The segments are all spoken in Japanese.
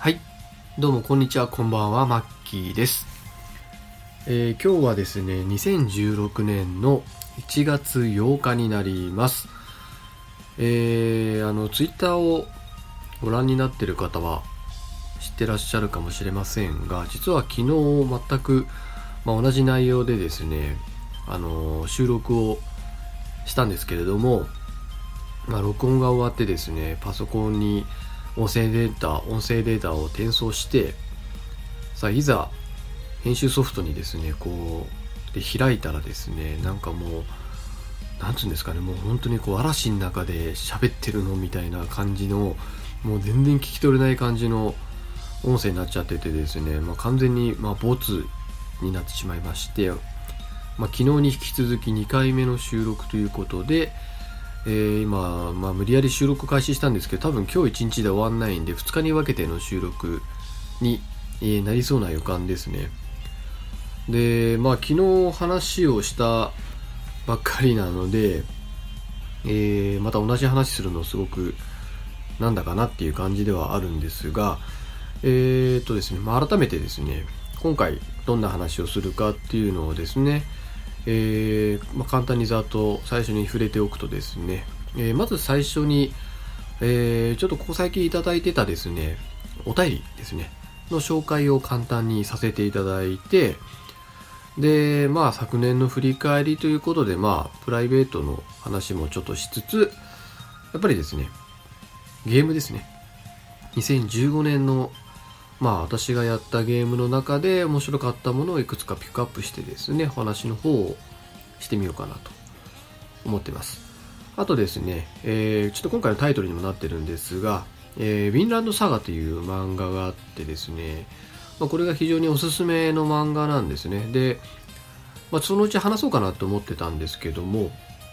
はい、どうもこんにちは、こんばんは、マッキーです。今日はですね、2016年の1月8日になります。ツイッターをご覧になっている方は知ってらっしゃるかもしれませんが、実は昨日全く、同じ内容でですね、収録をしたんですけれども、録音が終わってですね、パソコンに音声データを転送して、いざ編集ソフトにですねで開いたらですね、なんかもうなんつうんですかね、もう本当に嵐の中で喋ってるのみたいな感じの、もう全然聞き取れない感じの音声になっちゃっててですね、完全にボツになってしまいまして、昨日に引き続き2回目の収録ということで、今、無理やり収録開始したんですけど、多分今日1日で終わんないんで2日に分けての収録に、なりそうな予感ですね。で、昨日話をしたばっかりなので、また同じ話するのすごくなんだかなっていう感じではあるんですが、ですね、改めてですね、今回どんな話をするかっていうのをですね、簡単にざっと最初に触れておくとですね、まず最初に、ちょっとここ最近いただいてたですね、お便りですねの紹介を簡単にさせていただいて、で昨年の振り返りということで、プライベートの話もちょっとしつつ、やっぱりですね、ゲームですね、2015年の私がやったゲームの中で面白かったものをいくつかピックアップしてですね、お話の方をしてみようかなと思ってます。あとですね、ちょっと今回のタイトルにもなってるんですが、ヴィンランドサガという漫画があってですね、これが非常におすすめの漫画なんですね。で、そのうち話そうかなと思ってたんですけども、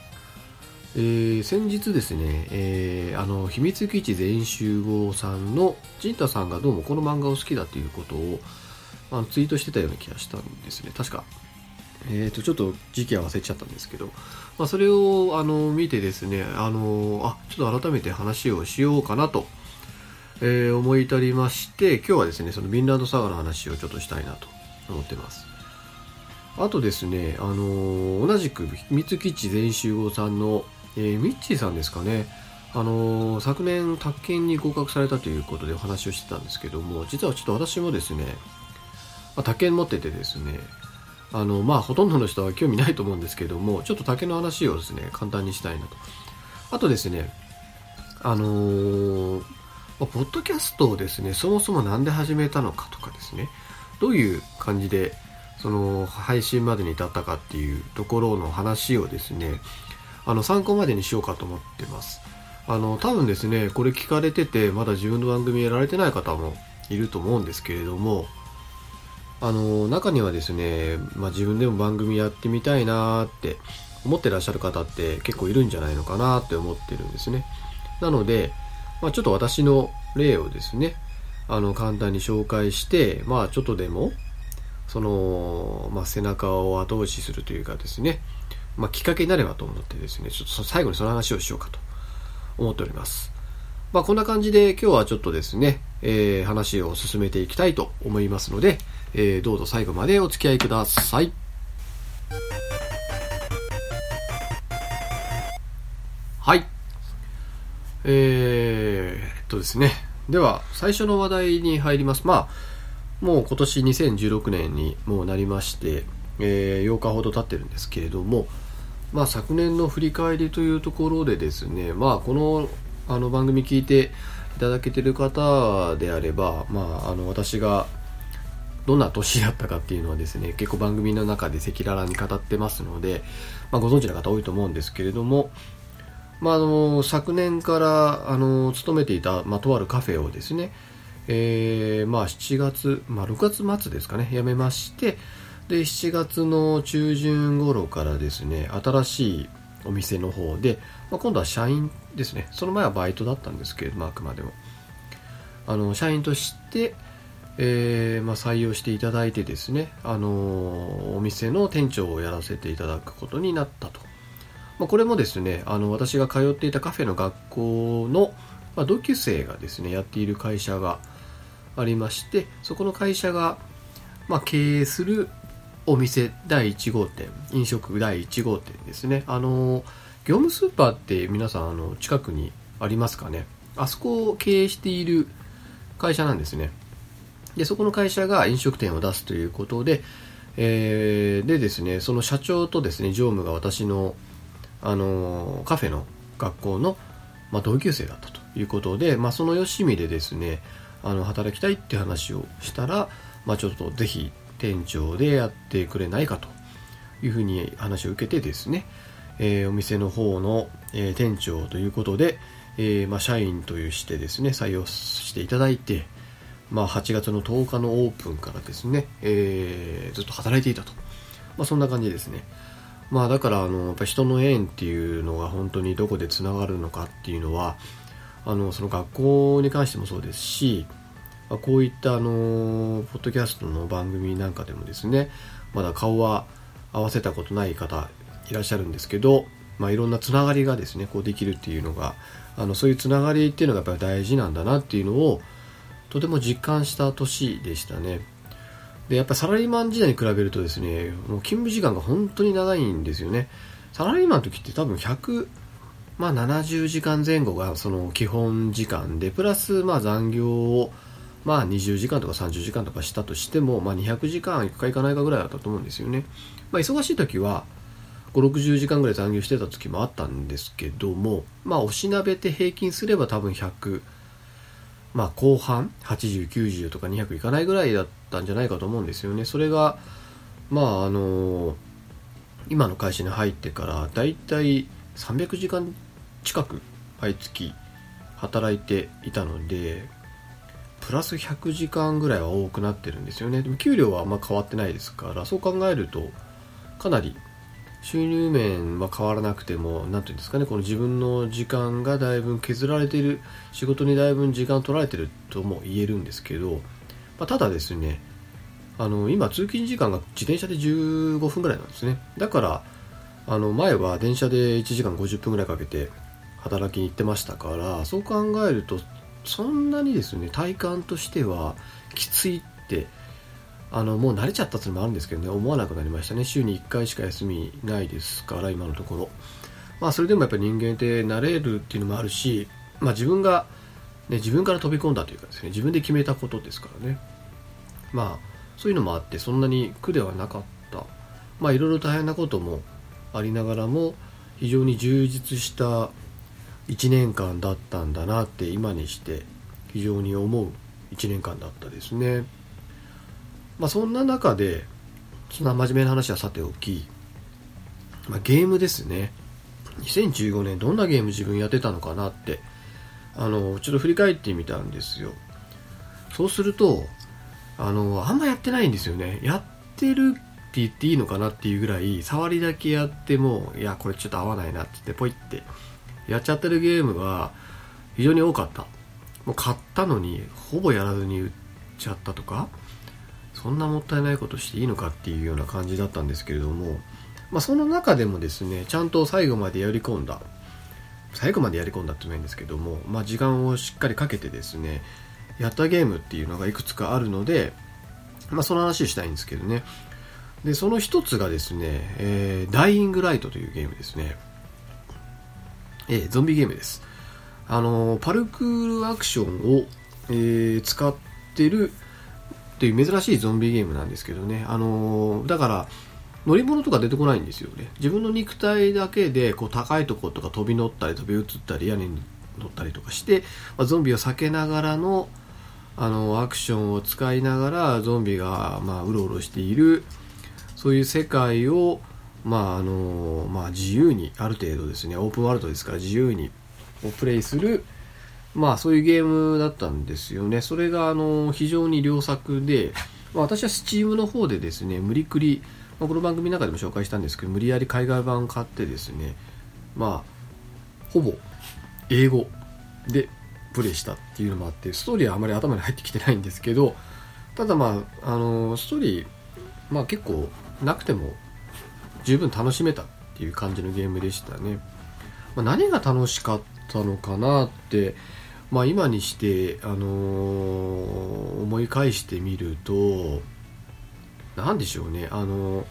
先日ですね、秘密基地全集合さんのジンタさんがどうもこの漫画を好きだということをツイートしてたような気がしたんですね。確かちょっと時期は忘れちゃったんですけど、それを見てですね、ちょっと改めて話をしようかなと、思い至りまして、今日はですね、そのヴィンランドサガの話をちょっとしたいなと思ってます。あとですね、同じく秘密基地全集合さんのミッチーさんですかね、昨年宅建に合格されたということでお話をしてたんですけども、実はちょっと私もですね、宅建持っててですね、ほとんどの人は興味ないと思うんですけども、ちょっと竹の話をですね簡単にしたいなと。あとですね、ポッドキャストをですね、そもそもなんで始めたのかとかですね、どういう感じでその配信までに至ったかっていうところの話をですね、参考までにしようかと思ってます。多分ですね、これ聞かれててまだ自分の番組やられてない方もいると思うんですけれども、中にはですね、自分でも番組やってみたいなーって思ってらっしゃる方って結構いるんじゃないのかなって思ってるんですね。なので、ちょっと私の例をですね、簡単に紹介して、ちょっとでもその、背中を後押しするというかですね、きっかけになればと思ってですね、ちょっと最後にその話をしようかと思っております。こんな感じで今日はちょっとですね、話を進めていきたいと思いますので、どうぞ最後までお付き合いください。はい。ですね。では、最初の話題に入ります。もう今年2016年にもうなりまして、8日ほど経ってるんですけれども、昨年の振り返りというところでですね、この番組聞いていただけている方であれば、私がどんな年だったかっていうのはですね、結構番組の中で赤裸々に語ってますので、ご存知の方多いと思うんですけれども、昨年から勤めていた、とあるカフェをですね、7月、6月末ですかね、辞めまして、で7月の中旬頃からですね、新しいお店の方で、今度は社員ですね。その前はバイトだったんですけれども、あくまでも社員として、採用していただいてですね、お店の店長をやらせていただくことになったと。これもですね、私が通っていたカフェの学校の、同級生がですねやっている会社がありまして、そこの会社が、経営するお店第1号店、飲食第1号店ですね。業務スーパーって皆さん近くにありますかね。あそこを経営している会社なんですね。で、そこの会社が飲食店を出すということで、でですね、その社長とですね、常務が私の、カフェの学校の、同級生だったということで、そのよしみでですね、働きたいって話をしたら、ちょっとぜひ店長でやってくれないかというふうに話を受けてですね、お店の方の、店長ということで、社員としてですね、採用していただいて、8月の10日のオープンからですね、ずっと働いていたと。そんな感じですね。だからやっぱ人の縁っていうのが本当にどこでつながるのかっていうのは、その学校に関してもそうですし、こういったポッドキャストの番組なんかでもですね、まだ顔は合わせたことない方いらっしゃるんですけど、いろんなつながりがですね、こうできるっていうのが、そういうつながりっていうのがやっぱり大事なんだなっていうのをとても実感した年でしたね。で、やっぱりサラリーマン時代に比べるとですね、もう勤務時間が本当に長いんですよね。サラリーマンの時って多分170時間前後がその基本時間で、プラス残業を20時間とか30時間とかしたとしても、200時間いくかいかないかぐらいだったと思うんですよね。忙しい時は5、60時間ぐらい残業してた時もあったんですけども、おしなべて平均すれば多分100、後半80、90とか200いかないぐらいだったんじゃないかと思うんですよね。それが今の会社に入ってからだいたい300時間近く毎月働いていたので、プラス100時間ぐらいは多くなってるんですよね。でも給料は変わってないですから、そう考えるとかなり収入面は変わらなくても、なんていうんですかね、この自分の時間がだいぶ削られている、仕事にだいぶ時間取られているとも言えるんですけど、ただですね、今通勤時間が自転車で15分ぐらいなんですね。だから前は電車で1時間50分ぐらいかけて働きに行ってましたから、そう考えるとそんなにですね、体感としてはきついってもう慣れちゃったっていうのもあるんですけどね、思わなくなりましたね。週に1回しか休みないですから、今のところ。それでもやっぱり人間って慣れるっていうのもあるし、自分が、自分から飛び込んだというかですね、自分で決めたことですからね。そういうのもあって、そんなに苦ではなかった。いろいろ大変なこともありながらも、非常に充実した1年間だったんだなって今にして非常に思う1年間だったですね。そんな中で、そんな真面目な話はさておき、ゲームですね。2015年どんなゲーム自分やってたのかなってちょっと振り返ってみたんですよ。そうするとあんまやってないんですよね。やってるって言っていいのかなっていうぐらい、触りだけやっても、いやこれちょっと合わないなって言ってポイってやっちゃってるゲームが非常に多かった。もう買ったのにほぼやらずに売っちゃったとか、そんなもったいないことしていいのかっていうような感じだったんですけれども、その中でもですね、ちゃんと最後までやり込んだって言うのはいいんですけども、時間をしっかりかけてですね、やったゲームっていうのがいくつかあるので、その話をしたいんですけどね。で、その一つがですね、ダイイングライトというゲームですね。ゾンビゲームです。パルクールアクションを、使ってるっていう珍しいゾンビゲームなんですけどね。だから乗り物とか出てこないんですよね。自分の肉体だけでこう高いところとか飛び乗ったり飛び移ったり屋根に乗ったりとかして、ゾンビを避けながらのアクションを使いながらゾンビがうろうろしている、そういう世界を自由に、ある程度ですね、オープンワールドですから自由にプレイする、そういうゲームだったんですよね。それが非常に良作で、私は Steam の方でですね、無理くり、この番組の中でも紹介したんですけど、無理やり海外版を買ってですね、ほぼ英語でプレイしたっていうのもあって、ストーリーはあまり頭に入ってきてないんですけど、ただストーリー結構なくても十分楽しめたっていう感じのゲームでしたね。何が楽しかったのかなって今にして、思い返してみるとなんでしょうね、ある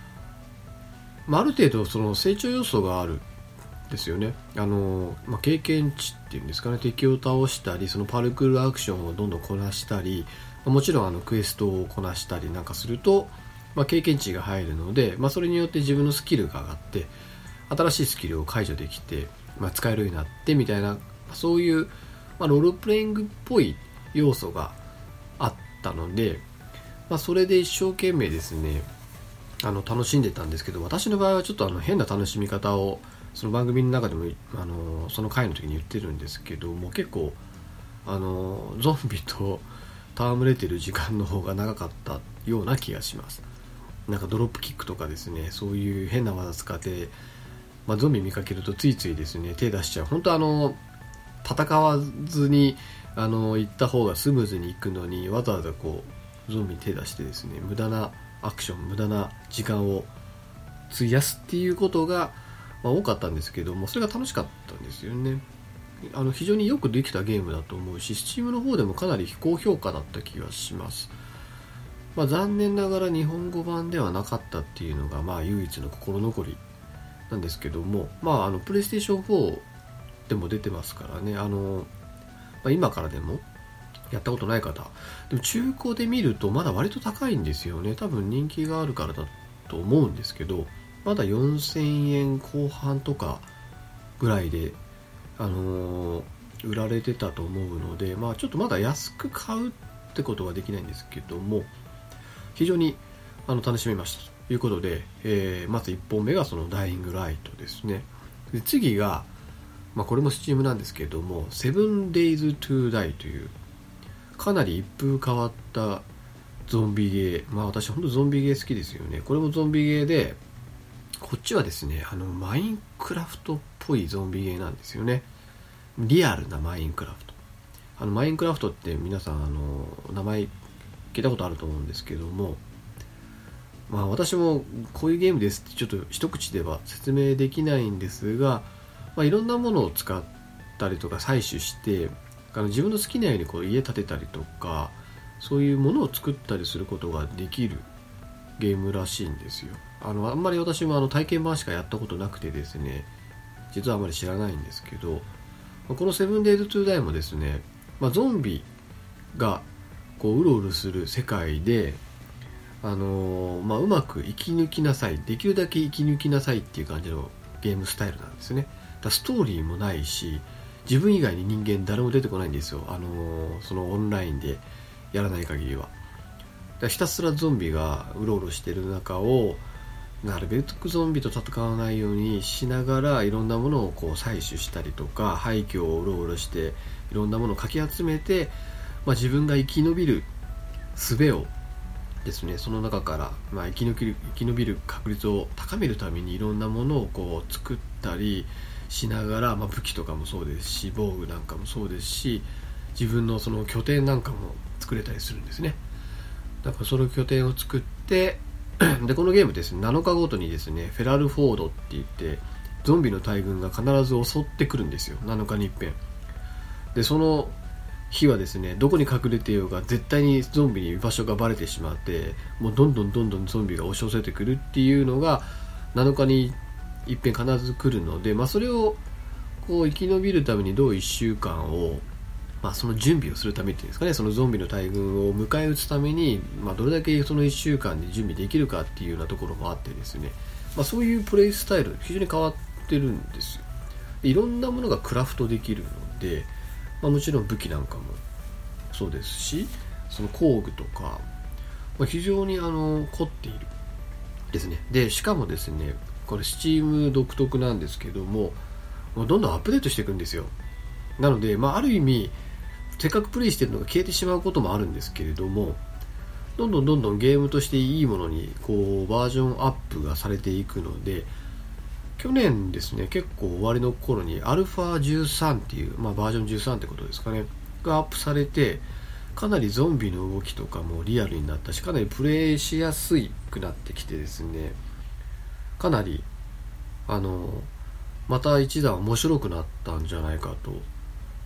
程度その成長要素があるんですよね。経験値っていうんですかね、敵を倒したりそのパルクールアクションをどんどんこなしたり、もちろんクエストをこなしたりなんかすると、経験値が入るので、それによって自分のスキルが上がって新しいスキルを解除できて、使えるようになってみたいな、そういう、ロールプレイングっぽい要素があったので、それで一生懸命ですね楽しんでたんですけど、私の場合はちょっと変な楽しみ方をその番組の中でもその回の時に言ってるんですけども、結構ゾンビと戯れてる時間の方が長かったような気がします。なんかドロップキックとかですね、そういう変な技使って、ゾンビ見かけるとついついですね手出しちゃう。本当戦わずに行った方がスムーズに行くのに、わざわざこうゾンビに手出してですね、無駄なアクション、無駄な時間を費やすっていうことが、多かったんですけども、それが楽しかったんですよね。非常によくできたゲームだと思うし、Steam の方でもかなり高評価だった気がします。残念ながら日本語版ではなかったっていうのが唯一の心残りなんですけども、プレイステーション4でも出てますからね、今からでもやったことない方でも中古で見るとまだ割と高いんですよね。多分人気があるからだと思うんですけど、まだ4000円後半とかぐらいで、売られてたと思うので、ちょっとまだ安く買うってことはできないんですけども、非常に楽しめましたということで、まず1本目がそのダイイングライトですね。で次が、これも Steam なんですけども、7 Days to Die というかなり一風変わったゾンビゲー。私本当ゾンビゲー好きですよね。これもゾンビゲーで、こっちはですねマインクラフトっぽいゾンビゲーなんですよね。リアルなマインクラフト。マインクラフトって皆さん名前聞いたことあると思うんですけども、私もこういうゲームですってちょっと一口では説明できないんですが、いろんなものを使ったりとか採取して自分の好きなようにこう家建てたりとか、そういうものを作ったりすることができるゲームらしいんですよ。あんまり私も体験版しかやったことなくてですね、実はあまり知らないんですけど、この 7 Days to Die もですね、ゾンビがこううろうろする世界で、うまく生き抜きなさい、できるだけ生き抜きなさいっていう感じのゲームスタイルなんですね。ストーリーもないし、自分以外に人間誰も出てこないんですよ。そのオンラインでやらない限りは。ひたすらゾンビがうろうろしてる中をなるべくゾンビと戦わないようにしながら、いろんなものをこう採取したりとか、廃墟をうろうろしていろんなものをかき集めて、自分が生き延びる術をですね、その中から、生き延びる確率を高めるためにいろんなものをこう作ったりしながら、武器とかもそうですし、防具なんかもそうですし、自分のその拠点なんかも作れたりするんですね。だからその拠点を作ってでこのゲームですね、7日ごとにですねフェラルフォードって言ってゾンビの大群が必ず襲ってくるんですよ。7日に一遍で、その日はですね、どこに隠れていようが絶対にゾンビに居場所がバレてしまって、もうどんどんゾンビが押し寄せてくるっていうのが7日に一遍必ず来るので、それをこう生き延びるためにどう1週間を、その準備をするためっていうんですかね、そのゾンビの大群を迎え撃つために、どれだけその1週間で準備できるかっていうようなところもあってですね、そういうプレイスタイル非常に変わってるんですよ。いろんなものがクラフトできるので、もちろん武器なんかもそうですし、その工具とか、非常に凝っているですね。でしかもですね、これ Steam 独特なんですけども、どんどんアップデートしていくんですよ。なので、ある意味せっかくプレイしているのが消えてしまうこともあるんですけれども、どんどんゲームとしていいものにこうバージョンアップがされていくので、去年ですね、結構終わりの頃にアルファ13っていう、バージョン13ってことですかねがアップされて、かなりゾンビの動きとかもリアルになったし、かなりプレイしやすくなってきてですね、かなりまた一段面白くなったんじゃないかと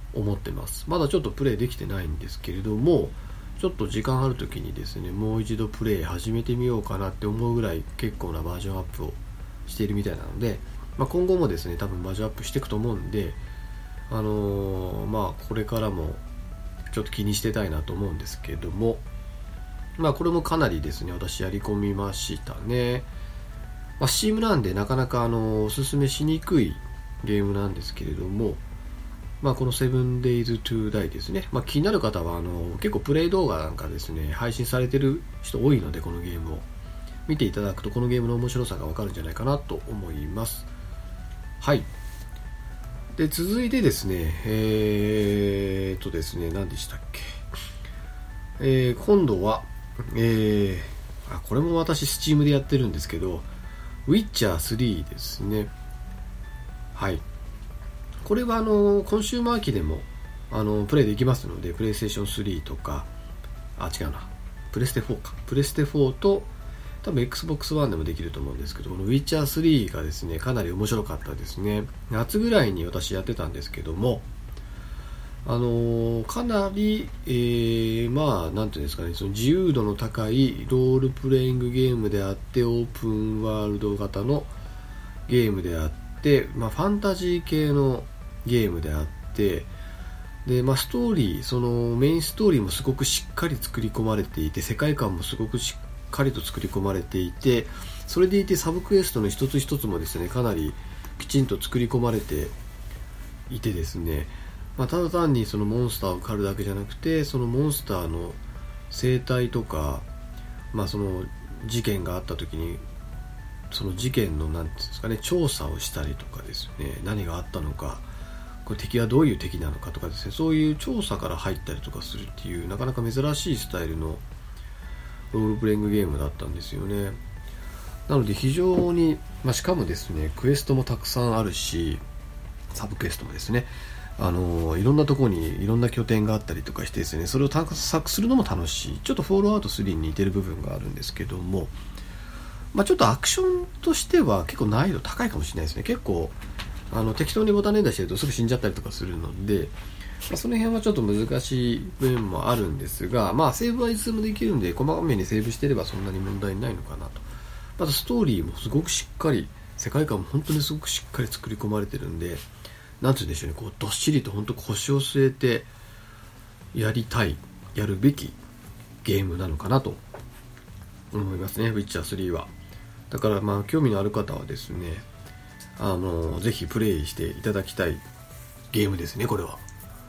思ってます。まだちょっとプレイできてないんですけれども、ちょっと時間ある時にですね、もう一度プレイ始めてみようかなって思うぐらい結構なバージョンアップをしているみたいなので、今後もですね多分バージョンアップしていくと思うんで、これからもちょっと気にしてたいなと思うんですけども、これもかなりですね私やり込みましたね。Steam なんでなかなかおすすめしにくいゲームなんですけれども、この 7days to die ですね、気になる方は結構プレイ動画なんかですね配信されてる人多いので、このゲームを見ていただくとこのゲームの面白さがわかるんじゃないかなと思います。はい。で続いてですねですね何でしたっけ、今度は、これも私 Steam でやってるんですけど、ウィッチャー3ですね。はい。これはコンシューマー機でもプレイできますので、プレイステーション3とか、違うな、プレステ4か、プレステ4と多分 Xbox One でもできると思うんですけど、このウィッチャー3がですねかなり面白かったですね。夏ぐらいに私やってたんですけども、かなり、なんていうんですかね、その自由度の高いロールプレイングゲームであって、オープンワールド型のゲームであって、ファンタジー系のゲームであって、で、ストーリー、そのメインストーリーもすごくしっかり作り込まれていて、世界観もすごくしっかりと作り込まれていて、それでいてサブクエストの一つ一つもですねかなりきちんと作り込まれていてですね、ただ単にそのモンスターを狩るだけじゃなくて、そのモンスターの生態とか、その事件があった時にその事件のなんていうんですかね、調査をしたりとかですね、何があったのか、これ敵はどういう敵なのかとかですね、そういう調査から入ったりとかするっていうなかなか珍しいスタイルのロールプレイングゲームだったんですよね。なので非常に、しかもですねクエストもたくさんあるし、サブクエストもですね、いろんなところにいろんな拠点があったりとかしてですね、それを探索するのも楽しい。ちょっとフォールアウト3に似てる部分があるんですけども、ちょっとアクションとしては結構難易度高いかもしれないですね。結構適当にボタン連打してるとすぐ死んじゃったりとかするので、その辺はちょっと難しい部分もあるんですが、セーブはいつでもできるんで、細かめにセーブしてればそんなに問題ないのかなと。またストーリーもすごくしっかり、世界観も本当にすごくしっかり作り込まれてるんで、なんて言うんでしょうね、こうどっしりと本当腰を据えてやるべきゲームなのかなと思いますね、ウィッチャー3は。だから興味のある方はですね、ぜひプレイしていただきたいゲームですね、これは。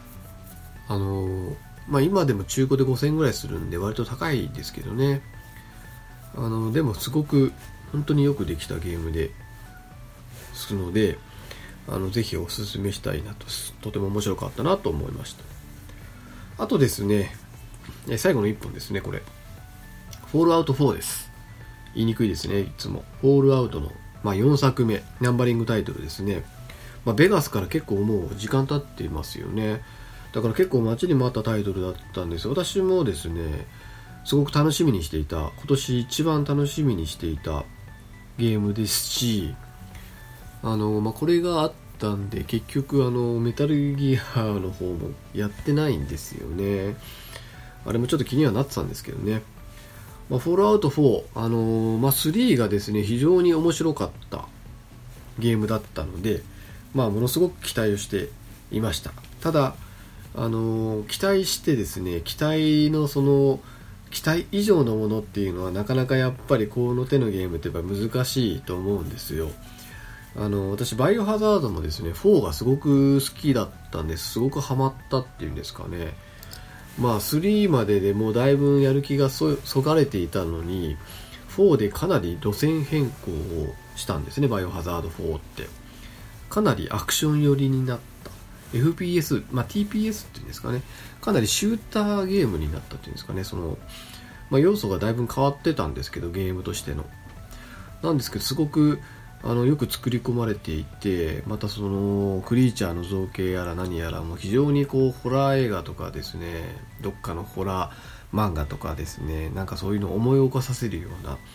今でも中古で5000円ぐらいするんで割と高いですけどね、でもすごく本当によくできたゲームですので、ぜひおすすめしたいなと、とても面白かったなと思いました。あとですね、最後の1本ですね、これフォールアウト4です。言いにくいですね、いつも。フォールアウトの、4作目、ナンバリングタイトルですね。ベガスから結構もう時間経っていますよね。だから結構待ちに待ったタイトルだったんです。私もですね、すごく楽しみにしていた、今年一番楽しみにしていたゲームですし、これがあったんで、結局メタルギアの方もやってないんですよね。あれもちょっと気にはなってたんですけどね。フォールアウト4、3がですね、非常に面白かったゲームだったので、ものすごく期待をしていました。ただ、期待してですね、期待以上のものっていうのはなかなかやっぱりこの手のゲームってやっぱ難しいと思うんですよ。私バイオハザードもですね4がすごく好きだったんです。すごくハマったっていうんですかね。3まででもうだいぶやる気がそがれていたのに、4でかなり路線変更をしたんですね。バイオハザード4ってかなりアクション寄りになった FPS、TPS っていうんですかね、かなりシューターゲームになったっていうんですかね。要素がだいぶ変わってたんですけど、ゲームとしてのなんですけど、すごくよく作り込まれていて、またそのクリーチャーの造形やら何やらも非常にホラー映画とかですね、どっかのホラー漫画とかですね、なんかそういうのを思い起こさせるような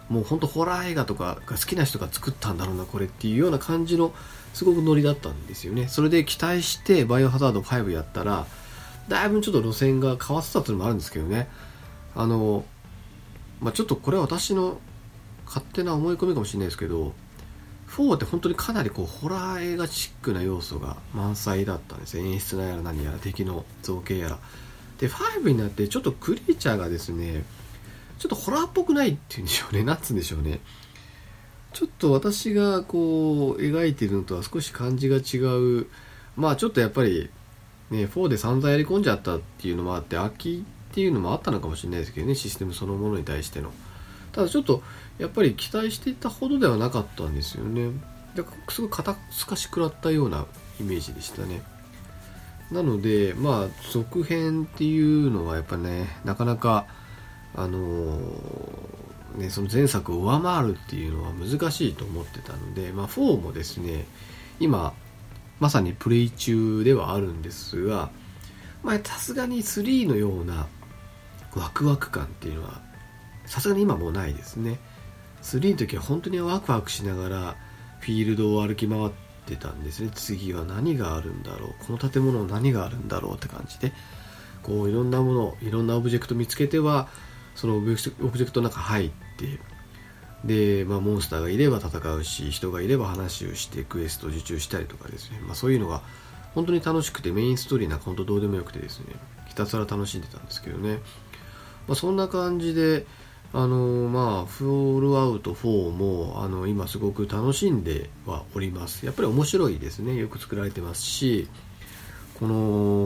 もうほんとホラー映画とかが好きな人が作ったんだろうなこれっていうような感じのすごくノリだったんですよね。それで期待してバイオハザード5やったらだいぶちょっと路線が変わってたっていうのもあるんですけどね。ちょっとこれは私の勝手な思い込みかもしれないですけど、4って本当にかなりこうホラー映画チックな要素が満載だったんですよ。演出やら何やら敵の造形やらで、5になってちょっとクリーチャーがですねちょっとホラーっぽくないっていうんでしょうね。なんつうんでしょうね。ちょっと私がこう描いているのとは少し感じが違う。ちょっとやっぱりね4で散々やり込んじゃったっていうのもあって飽きっていうのもあったのかもしれないですけどね、システムそのものに対しての。ただちょっとやっぱり期待していたほどではなかったんですよね。すごい肩透かし食らったようなイメージでしたね。なので続編っていうのはやっぱねなかなかその前作を上回るっていうのは難しいと思ってたので、4もですね今まさにプレイ中ではあるんですが、さすがに3のようなワクワク感っていうのはさすがに今もうないですね。3の時は本当にワクワクしながらフィールドを歩き回ってたんですね。次は何があるんだろう、この建物何があるんだろうって感じでこういろんなものいろんなオブジェクト見つけてはそのオブジェクトの中入ってで、モンスターがいれば戦うし人がいれば話をしてクエストを受注したりとかですね、そういうのが本当に楽しくてメインストーリーなんか本当どうでもよくてですねひたすら楽しんでたんですけどね。そんな感じでフォールアウト4も今すごく楽しんではおります。やっぱり面白いですね。よく作られてますし、この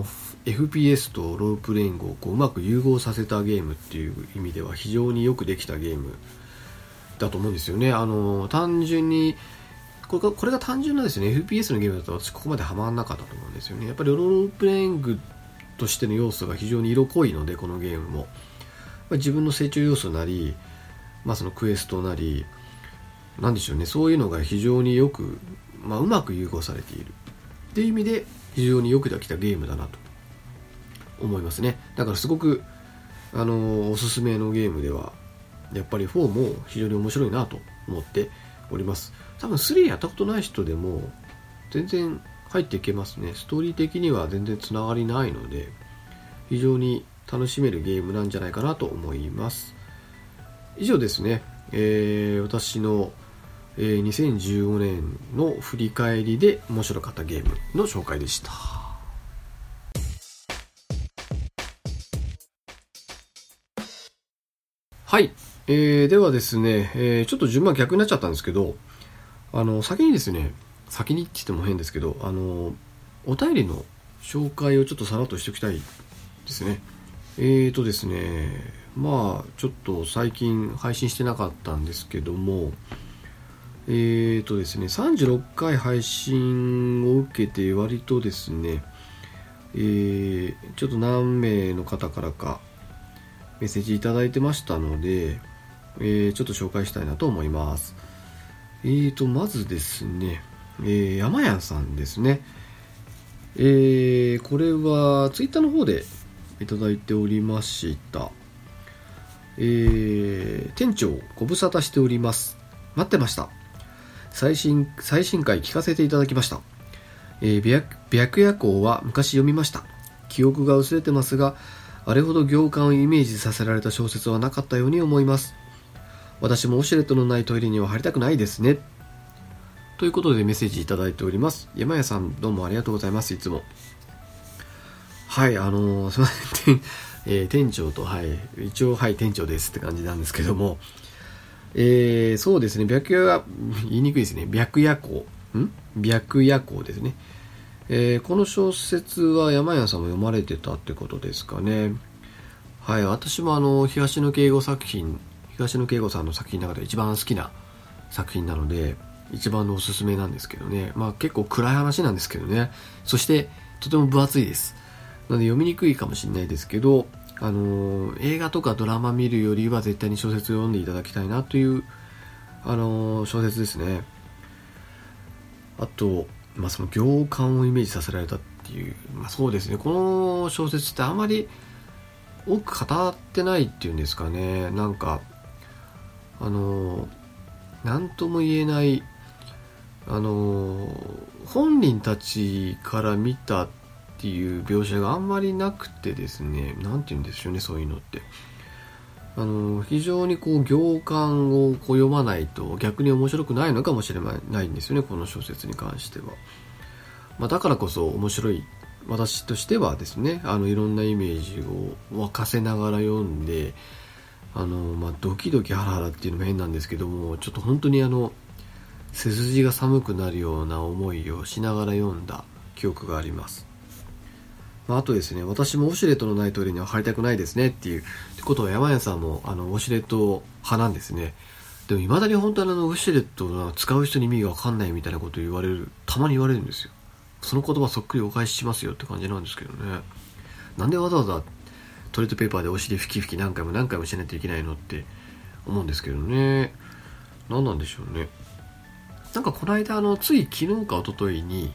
FPS とロープレイングをうまく融合させたゲームっていう意味では非常によくできたゲームだと思うんですよね。単純にこれが単純なですね FPS のゲームだと私ここまでハマらなかったと思うんですよね。やっぱりロープレイングとしての要素が非常に色濃いのでこのゲームも自分の成長要素なり、そのクエストなりなんでしょうね、そういうのが非常によく、うまく融合されているっていう意味で非常によくできたゲームだなと思いますね。だからすごくおすすめのゲームではやっぱり4も非常に面白いなと思っております。多分3やったことない人でも全然入っていけますね。ストーリー的には全然つながりないので非常に楽しめるゲームなんじゃないかなと思います。以上ですね、私の、2015年の振り返りで面白かったゲームの紹介でした。はい、ではですね、ちょっと順番逆になっちゃったんですけど先にですね先にって言っても変ですけどお便りの紹介をちょっとさらっとしておきたいですね。ですね、ちょっと最近配信してなかったんですけども、ですね、36回配信を受けて割とですね、ちょっと何名の方からかメッセージいただいてましたので、ちょっと紹介したいなと思います。まずですね、山屋さんですね。これはツイッターの方でいただいておりました。店長ご無沙汰しております。待ってました。最新回聞かせていただきました。白夜行は昔読みました。記憶が薄れてますがあれほど行間をイメージさせられた小説はなかったように思います。私もウォシュレットのないトイレには入りたくないですね。ということでメッセージいただいております。山屋さんどうもありがとうございます。いつもはい、すみません、店長と、一応、店長ですって感じなんですけども、そうですね、白夜が、言いにくいですね、白夜行ですね。この小説は山屋さんも読まれてたってことですかね。はい、私も東野圭吾さんの作品の中で一番好きな作品なので、一番のおすすめなんですけどね。結構暗い話なんですけどね。そして、とても分厚いです。なので読みにくいかもしれないですけど、映画とかドラマ見るよりは絶対に小説を読んでいただきたいなという、小説ですね。あと、その行間をイメージさせられたっていう、そうですね、この小説ってあまり多く語ってないっていうんですかね。なんかなんとも言えない、本人たちから見たっていう描写があんまりなくてですね、なんて言うんでしょうね、そういうのって。非常にこう行間をこう読まないと逆に面白くないのかもしれないんですよね、この小説に関しては。だからこそ面白い私としてはですね、いろんなイメージを沸かせながら読んで、ドキドキハラハラっていうのも変なんですけども、ちょっと本当に背筋が寒くなるような思いをしながら読んだ記憶があります。あとですね、私もウォシュレットのないトイレには入りたくないですねっていうことは山谷さんもウォシュレット派なんですね。でも未だに本当にウォシュレットの使う人に意味が分かんないみたいなことをたまに言われるんですよ。その言葉そっくりお返ししますよって感じなんですけどね。なんでわざわざトイレットペーパーでお尻拭き何回もしないといけないのって思うんですけどね。何なんでしょうね。なんかこの間つい昨日か一昨日に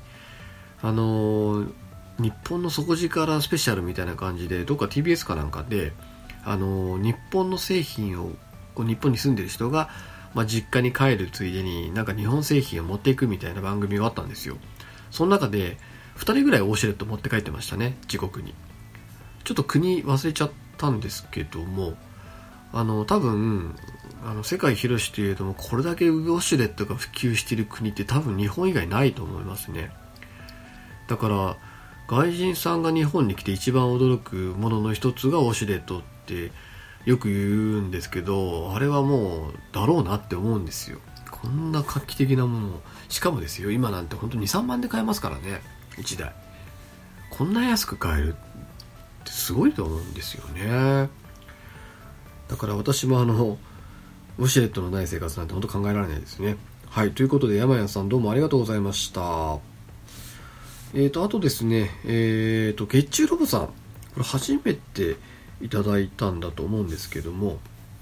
日本の底力スペシャルみたいな感じでどっか TBS かなんかで日本の製品を日本に住んでる人が、実家に帰るついでになんか日本製品を持っていくみたいな番組があったんですよ。その中で2人ぐらいウォシュレット持って帰ってましたね、自国に。ちょっと国忘れちゃったんですけども、多分世界広しといえどもこれだけウォシュレットが普及している国って多分日本以外ないと思いますね。だから外人さんが日本に来て一番驚くものの一つがウォシュレットってよく言うんですけど、あれはもうだろうなって思うんですよ。こんな画期的なものを、しかもですよ、今なんて本当に 2,3 万で買えますからね、1台。こんな安く買えるってすごいと思うんですよね。だから私もウォシュレットのない生活なんて本当考えられないですね。はい、ということで山谷さんどうもありがとうございました。あとですね、月中ロボさん、これ初めていただいたんだと思うんですけども、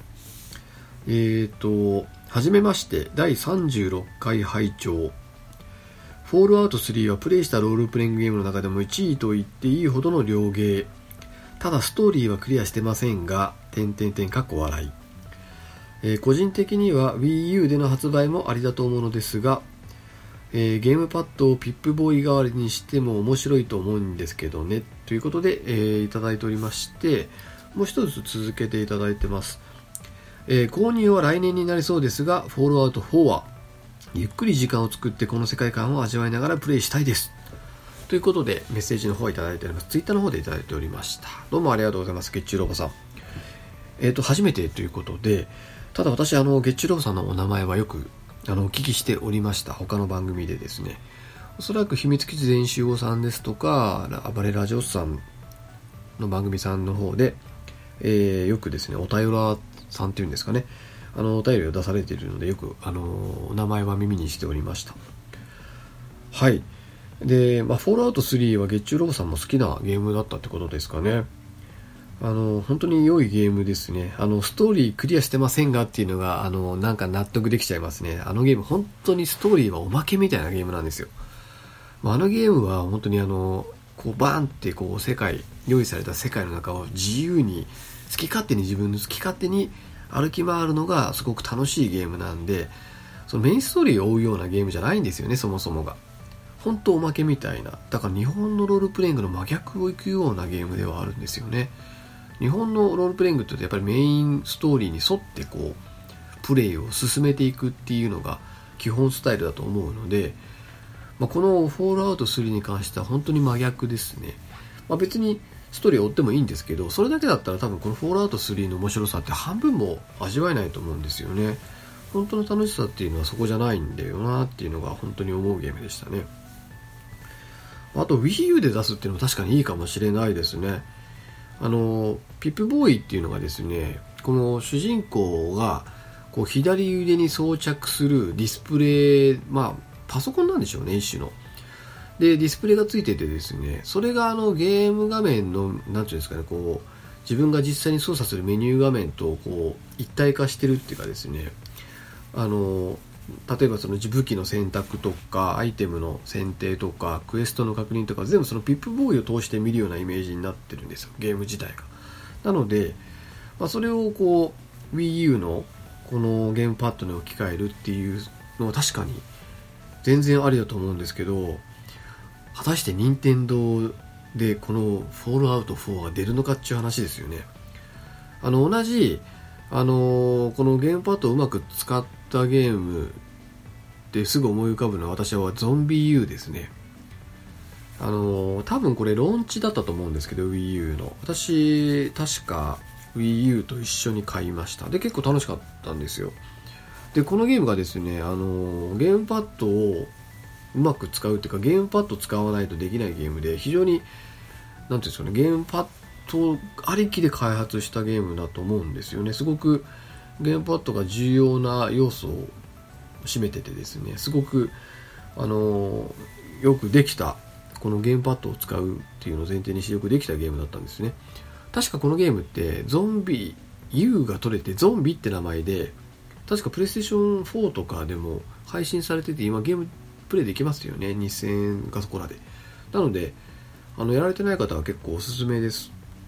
はじめまして、第36回拝聴。フォールアウト3はプレイしたロールプレイングゲームの中でも1位と言っていいほどの良ゲー。ただストーリーはクリアしてませんが、かっこ笑い。個人的には Wii U での発売もありだと思うのですが、ゲームパッドをピップボーイ代わりにしても面白いと思うんですけどね、ということで、いただいておりまして、もう一つ続けていただいてます。購入は来年になりそうですが、フォールアウト4はゆっくり時間を作ってこの世界観を味わいながらプレイしたいです、ということでメッセージの方をいただいております。ツイッターの方でいただいておりました。どうもありがとうございます。月中ロボさん、初めてということで、ただ私月中ロボさんのお名前はよくお聞きしておりました。他の番組でですね、おそらく秘密基地全集合さんですとか暴れラジオスさんの番組さんの方で、よくですね、お便らさんっていうんですかね、お便りを出されているので、よくお名前は耳にしておりました。はい。で、フォールアウト3は月中ロボさんも好きなゲームだったってことですかね。本当に良いゲームですね。ストーリークリアしてませんがっていうのがなんか納得できちゃいますね。ゲーム本当にストーリーはおまけみたいなゲームなんですよ。ゲームは本当にこうバーンってこう用意された世界の中を自由に好き勝手に自分の好き勝手に歩き回るのがすごく楽しいゲームなんで、そのメインストーリーを追うようなゲームじゃないんですよね、そもそもが。本当おまけみたいな。だから日本のロールプレイングの真逆を行くようなゲームではあるんですよね。日本のロールプレイングってやっぱりメインストーリーに沿ってこうプレイを進めていくっていうのが基本スタイルだと思うので、このフォールアウト3に関しては本当に真逆ですね。別にストーリーを追ってもいいんですけど、それだけだったら多分このフォールアウト3の面白さって半分も味わえないと思うんですよね。本当の楽しさっていうのはそこじゃないんだよなっていうのが本当に思うゲームでしたね。あと Wii U で出すっていうのも確かにいいかもしれないですね。ピップボーイっていうのがですね、この主人公がこう左腕に装着するディスプレイ、パソコンなんでしょうね、一種の。で、ディスプレイがついててですね、それがゲーム画面の、なんていうんですかね、こう、自分が実際に操作するメニュー画面とこう、一体化してるっていうかですね、例えばその武器の選択とか、アイテムの選定とか、クエストの確認とか、全部そのピップボーイを通して見るようなイメージになってるんですよ、ゲーム自体が。なので、それをこう、Wii U のこのゲームパッドに置き換えるっていうのは確かに全然ありだと思うんですけど、果たして任天堂でこのフォールアウト4が出るのかっていう話ですよね。同じこのゲームパッドをうまく使ったゲームですぐ思い浮かぶのは、私はゾンビ U ですね。多分これローンチだったと思うんですけど Wii U の、私確か Wii U と一緒に買いました。で結構楽しかったんですよ。でこのゲームがですね、ゲームパッドをうまく使うっていうか、ゲームパッド使わないとできないゲームで、非常になんていうんですかね、ゲームパッドありきで開発したゲームだと思うんですよね。すごくゲームパッドが重要な要素を占めててですね、すごくよくできた、このゲームパッドを使うっていうのを前提にしてよくできたゲームだったんですね。確かこのゲームってゾンビ U が取れてゾンビって名前で、確かプレイステーション4とかでも配信されてて、今ゲームプレイできますよね、2000円かそこらで。なのでやられてない方は結構おすすめです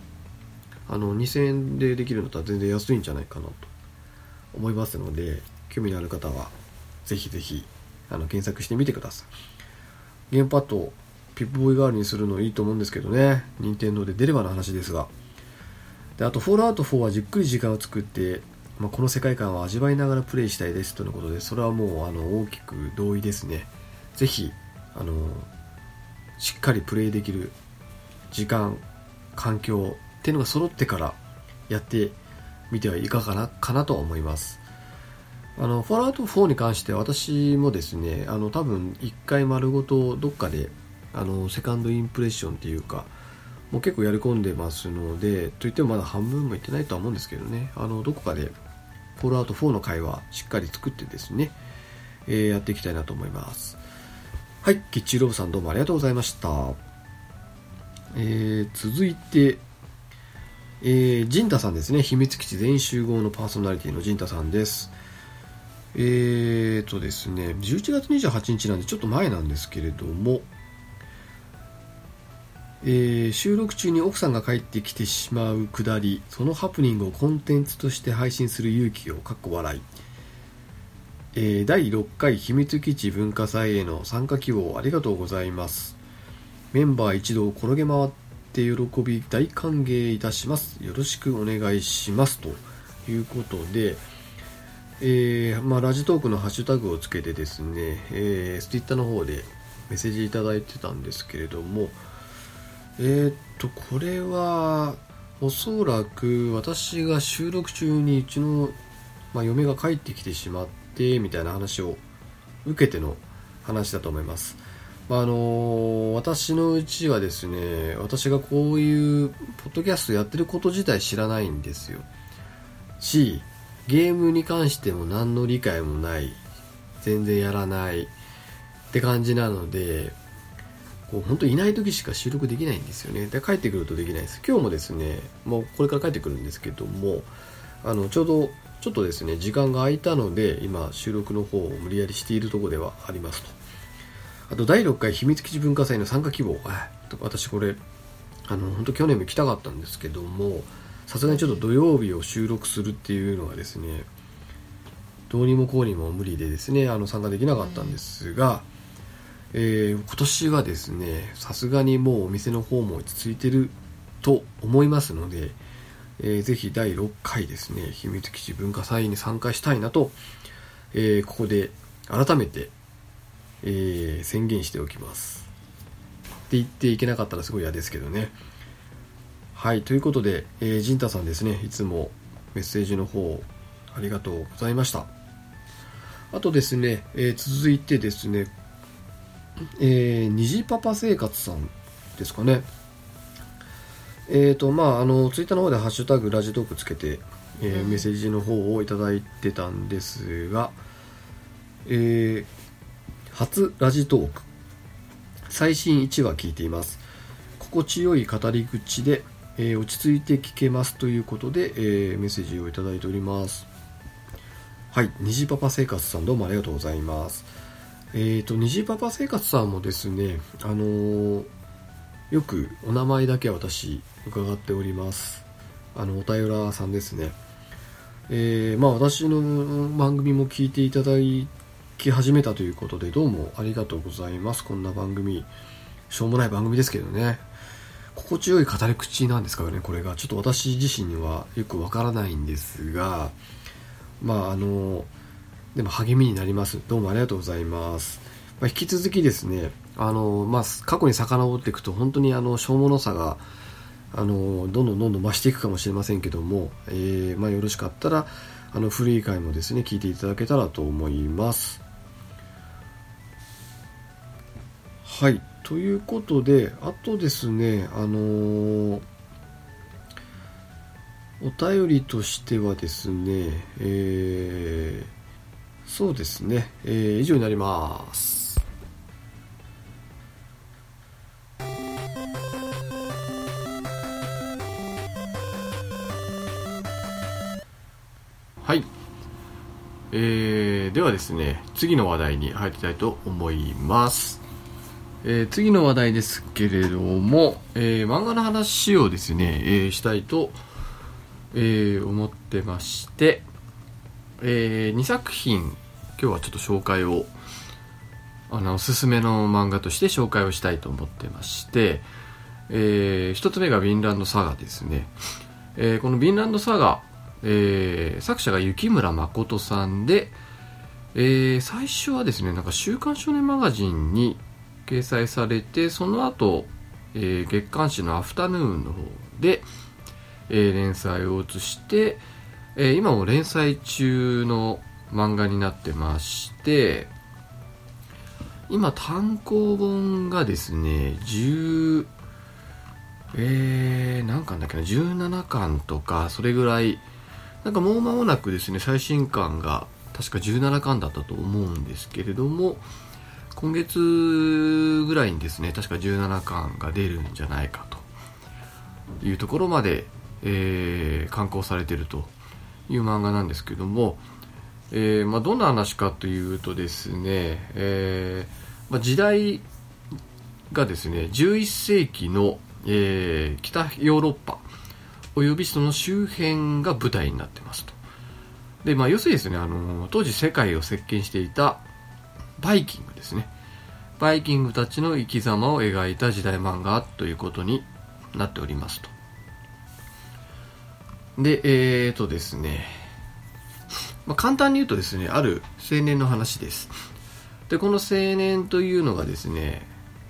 。2000円でできるのとは全然安いんじゃないかなと思いますので、興味のある方はぜひぜひ検索してみてください。ゲームパッドをピップボーイ代わりにするのいいと思うんですけどね、任天堂で出ればの話ですが。であとフォールアウト4はじっくり時間を作って、この世界観を味わいながらプレイしたいですとのことで、それはもう大きく同意ですね。ぜひしっかりプレイできる時間、環境っていうのが揃ってからやってみてはいかがかなと思います。フォールアウト4に関しては私もですね、多分一回丸ごとどっかでセカンドインプレッションっていうか、もう結構やり込んでますので、といってもまだ半分もいってないとは思うんですけどね、どこかでフォールアウト4の回はしっかり作ってですね、やっていきたいなと思います。はい、キッチンロブさんどうもありがとうございました。続いて、ジンタさんですね。秘密基地全員集合のパーソナリティのジンタさんです。ですね、11月28日なんでちょっと前なんですけれども、収録中に奥さんが帰ってきてしまうくだり、そのハプニングをコンテンツとして配信する勇気をかっこ笑い、第6回秘密基地文化祭への参加希望ありがとうございます。メンバー一同転げ回って喜び大歓迎いたします。よろしくお願いしますということで、ラジトークのハッシュタグをつけてですね、ツイッターの方でメッセージいただいてたんですけれども、これはおそらく私が収録中にうちの、嫁が帰ってきてしまってみたいな話を受けての話だと思います。私のうちはですね、私がこういうポッドキャストやってること自体知らないんですよし、ゲームに関しても何の理解もない、全然やらないって感じなので、本当いない時しか収録できないんですよね。で帰ってくるとできないです。今日もですね、もうこれから帰ってくるんですけども、ちょっとですね時間が空いたので今収録の方を無理やりしているところではありますと。あと第6回秘密基地文化祭の参加希望、私これ本当去年も行きたかったんですけども、さすがにちょっと土曜日を収録するっていうのがですね、どうにもこうにも無理でですね参加できなかったんですが、今年はですねさすがにもうお店の方も落ち着いてると思いますので、ぜひ第6回ですね秘密基地文化祭に参加したいなと、ここで改めて、宣言しておきますって言っていけなかったらすごい嫌ですけどね。はい、ということで、ジンタさんですね、いつもメッセージの方ありがとうございました。あとですね、続いてですね、虹パパ生活さんですかね。ツイッターの方でハッシュタグラジトークつけて、メッセージの方をいただいてたんですが、初ラジトーク最新1話聞いています。心地よい語り口で、落ち着いて聞けますということで、メッセージをいただいております。はい、虹パパ生活さんどうもありがとうございます。虹パパ生活さんもですね、よくお名前だけは私伺っております。お便らさんですね。 私の番組も聞いていただき始めたということで、どうもありがとうございます。こんな番組、しょうもない番組ですけどね、心地よい語り口なんですかね、これがちょっと私自身にはよくわからないんですが、でも励みになります。どうもありがとうございます。引き続きですね、過去に遡っていくと本当にしょうものさがどんどん増していくかもしれませんけども、よろしかったら古い回もですね聞いていただけたらと思います。はい、ということで、あとですね、お便りとしてはですね、そうですね、以上になります。はい、ではですね、次の話題に入りたいと思います。次の話題ですけれども、漫画の話をですね、したいと、思ってまして、2作品今日はちょっと紹介をおすすめの漫画として紹介をしたいと思ってまして、一つ目がヴィンランドサガですね。このヴィンランドサガ、作者が雪村誠さんで、最初はですね、なんか週刊少年マガジンに掲載されて、その後、月刊誌のアフタヌーンの方で、連載を移して、今も連載中の漫画になってまして、今単行本がですね何巻だっけな、17巻とかそれぐらい、なんかもう間もなくですね最新巻が確か17巻だったと思うんですけれども、今月ぐらいにですね確か17巻が出るんじゃないかというところまで、刊行されているという漫画なんですけども、どんな話かというとですね、時代がですね11世紀の、北ヨーロッパおよびその周辺が舞台になってますと。で、要するにですね、当時世界を席巻していたバイキングですね、バイキングたちの生き様を描いた時代漫画ということになっておりますと。で、ですね、簡単に言うとですね、ある青年の話です。で、この青年というのがですね、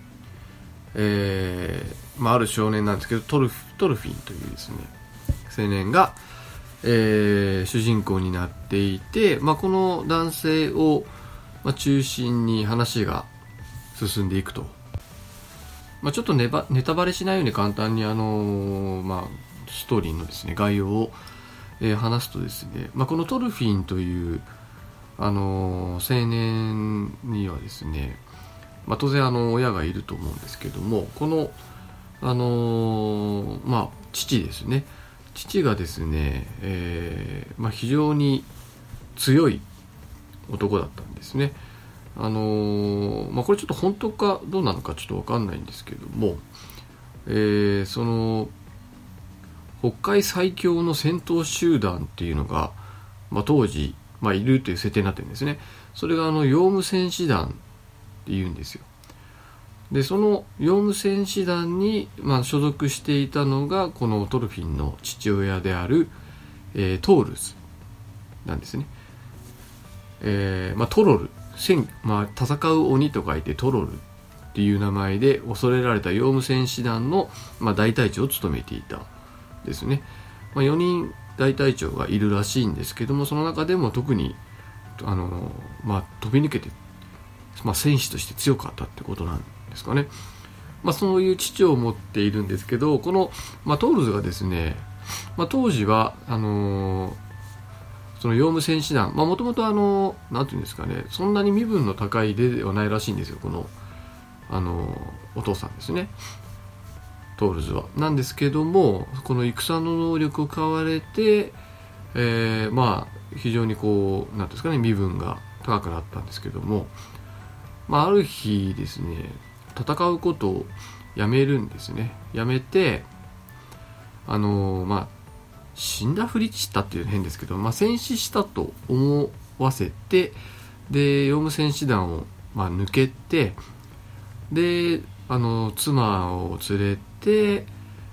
ある少年なんですけど、トルフィンというですね青年が、主人公になっていて、この男性を、中心に話が進んでいくと。ちょっとネタバレしないように簡単にストーリーのですね概要を、話すとですね、このトルフィンという青年にはですね、当然親がいると思うんですけども、この父ですね、父がですね、非常に強い男だったんですね。これちょっと本当かどうなのかちょっと分かんないんですけども、その北海最強の戦闘集団っていうのが、当時、いるという設定になってるんですね。それがヨウム戦士団っていうんですよ。で、そのヨウム戦士団に、所属していたのがこのトルフィンの父親である、トールズなんですね。トロル、戦う鬼と書いてトロルっていう名前で恐れられたヨウム戦士団の、大隊長を務めていたですね。4人大隊長がいるらしいんですけども、その中でも特に飛び抜けて、戦士として強かったってことなんですかね。そういう父を持っているんですけど、この、トールズがですね、当時はそのヨウム戦士団、もともとなんていうんですかね、そんなに身分の高いではないらしいんですよ、このお父さんですね、トールズは。なんですけども、この戦の能力を買われて、非常にこうなんですかね、身分が高くなったんですけども、ある日ですね、戦うことをやめるんですね。やめて死んだふりしたっていうのは変ですけど、戦死したと思わせて、でヨウム戦士団を抜けて、で妻を連れて、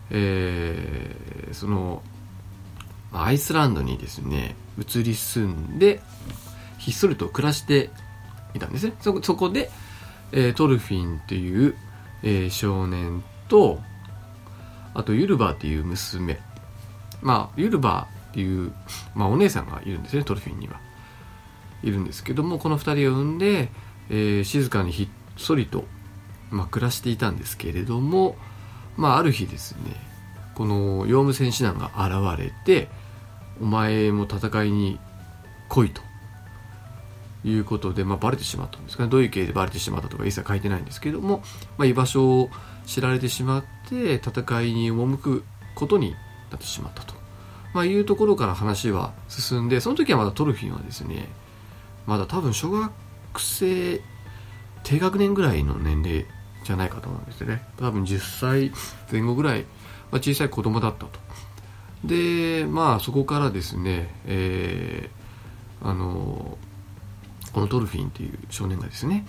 そのアイスランドにですね移り住んでひっそりと暮らしていたんですね。そこで、トルフィンという、少年と、あとユルバーという娘、ユルバーっていう、お姉さんがいるんですね。トルフィンにはいるんですけども、この2人を産んで、静かにひっそりと、暮らしていたんですけれども、ある日ですね、このヨウム戦士団が現れて、お前も戦いに来いということで、バレてしまったんですかね。どういう経緯でバレてしまったとか一切書いてないんですけども、居場所を知られてしまって戦いに赴くことになってしまったと、いうところから話は進んで、その時はまだトルフィンはですね、まだ多分小学生低学年ぐらいの年齢じゃないかと思うんですよね。多分10歳前後ぐらい、小さい子供だったと。でそこからですね、このトルフィンという少年がですね、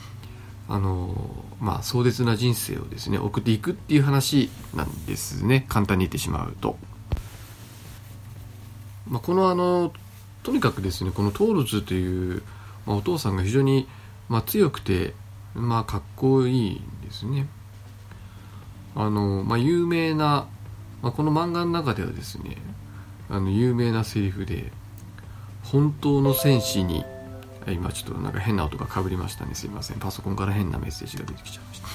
壮絶な人生をですね送っていくっていう話なんですね、簡単に言ってしまうと。このとにかくですね、このトールズという、お父さんが非常に、強くて、かっこいいんですね。有名な、この漫画の中ではですね、有名なセリフで、本当の戦士に、今ちょっとなんか変な音がかぶりましたね、すいません。パソコンから変なメッセージが出てきちゃいました。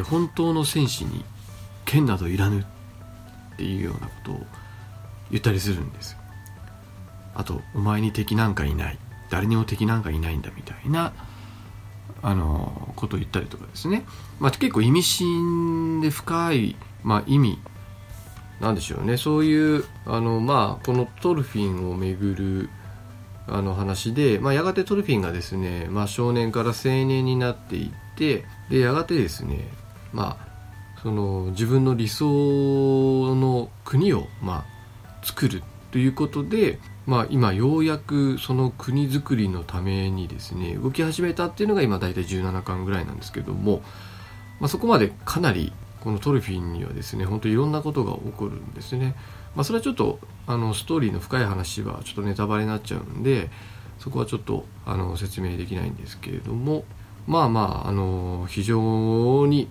本当の戦士に剣などいらぬっていうようなことを言ったりするんですよ。あと、お前に敵なんかいない、誰にも敵なんかいないんだみたいなことを言ったりとかですね、結構意味深で深い、意味なんでしょうね。そういうこのトルフィンをめぐる話で、やがてトルフィンがですね、少年から青年になっていって、でやがてですね、その自分の理想の国を作るということで、今ようやくその国づくりのためにですね動き始めたっていうのが今だいたい17巻ぐらいなんですけども、そこまでかなりこのトルフィンにはですね本当にいろんなことが起こるんですね。それはちょっとストーリーの深い話はちょっとネタバレになっちゃうんで、そこはちょっと説明できないんですけれども、非常に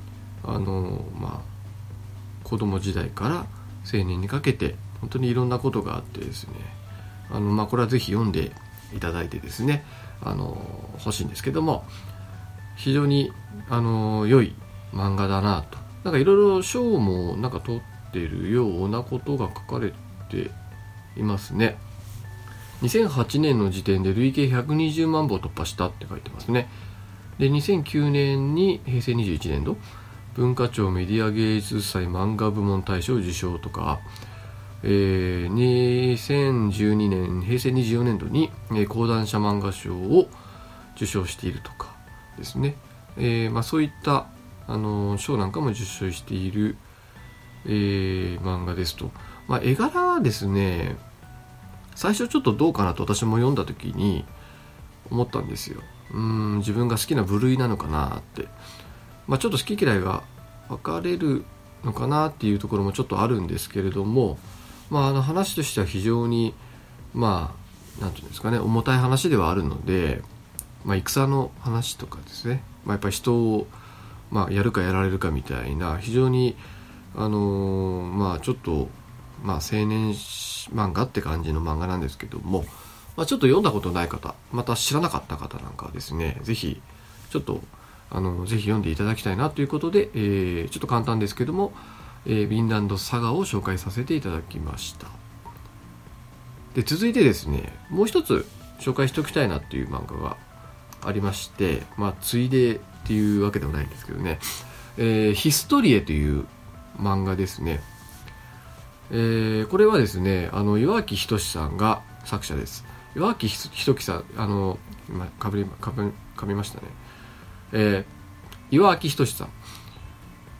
子供時代から青年にかけて本当にいろんなことがあってですね、これはぜひ読んでいただいてですね欲しいんですけども、非常に良い漫画だなと。いろいろ賞も取っているようなことが書かれていますね。2008年の時点で累計120万部を突破したって書いてますね。で2009年に平成21年度文化庁メディア芸術祭漫画部門大賞受賞とか、2012年平成24年度に講談社漫画賞を受賞しているとかですね、そういった賞なんかも受賞している、漫画ですと、絵柄はですね最初ちょっとどうかなと私も読んだ時に思ったんですよ。自分が好きな部類なのかなって、ちょっと好き嫌いが分かれるのかなっていうところもちょっとあるんですけれども、話としては非常になんていうんですかね、重たい話ではあるので、戦の話とかですね、やっぱり人をやるかやられるかみたいな非常にちょっと青年漫画って感じの漫画なんですけども、ちょっと読んだことない方、また知らなかった方なんかはですね、ぜひちょっとぜひ読んでいただきたいなということで、ちょっと簡単ですけども、ヴィンランドサガを紹介させていただきました。で続いてですね、もう一つ紹介しておきたいなっていう漫画がありまして、ついでっていうわけではないんですけどね、ヒストリエという漫画ですね。これはですね岩脇仁さんが作者です。岩脇仁さん今かみましたね、岩脇仁さん、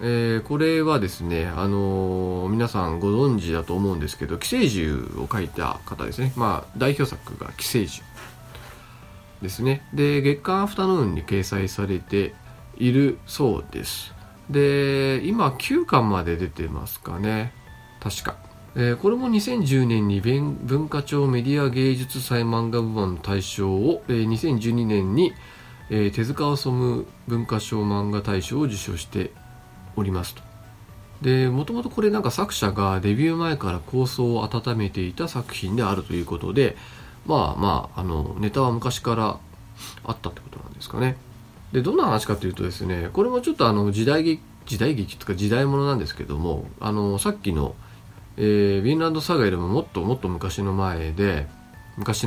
これはですね、皆さんご存知だと思うんですけど、寄生獣を書いた方ですね。代表作が寄生獣ですね。で、月刊アフタヌーンに掲載されているそうです。で、今9巻まで出てますかね、確か。これも2010年に文化庁メディア芸術祭漫画部門の大賞を、2012年に、手塚治虫文化賞漫画大賞を受賞しておりますと。で、もともとこれなんか作者がデビュー前から構想を温めていた作品であるということで、ネタは昔からあったってことなんですかね。で、どんな話かというとですね、これもちょっと時代劇とか時代物なんですけども、さっきの、ヴィンランドサガよりももっと昔の話で、紀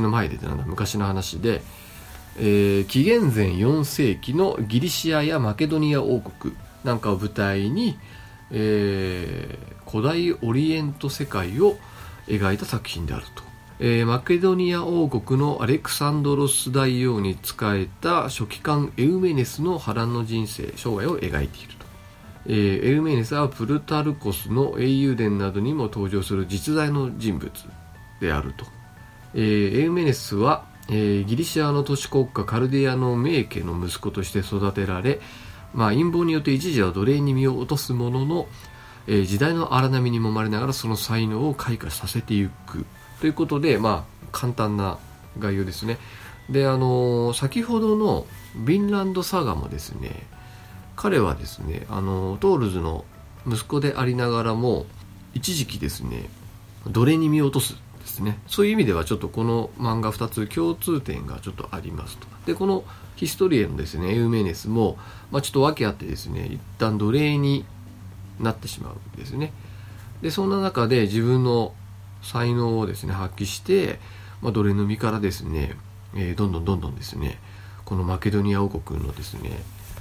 元前4世紀のギリシアやマケドニア王国なんかを舞台に、古代オリエント世界を描いた作品であると。マケドニア王国のアレクサンドロス大王に仕えた書記官エウメネスの波乱の人生生涯を描いていると。エウメネスはプルタルコスの英雄伝などにも登場する実在の人物であると。エウメネスは、ギリシアの都市国家カルデアの名家の息子として育てられ、陰謀によって一時は奴隷に身を落とすものの、時代の荒波に揉まれながらその才能を開花させていくということで、簡単な概要ですね。で、先ほどのヴィンランドサガもですね、彼はですね、トールズの息子でありながらも一時期ですね、奴隷に身を落とすですね。そういう意味ではちょっとこの漫画2つ共通点がちょっとありますと。で、このヒストリエのですね、エウメネスも、ちょっと訳あってですね、一旦奴隷になってしまうんですね。で、そんな中で自分の才能をですね、発揮して、奴隷の身からですね、どんどんですね、このマケドニア王国のですね、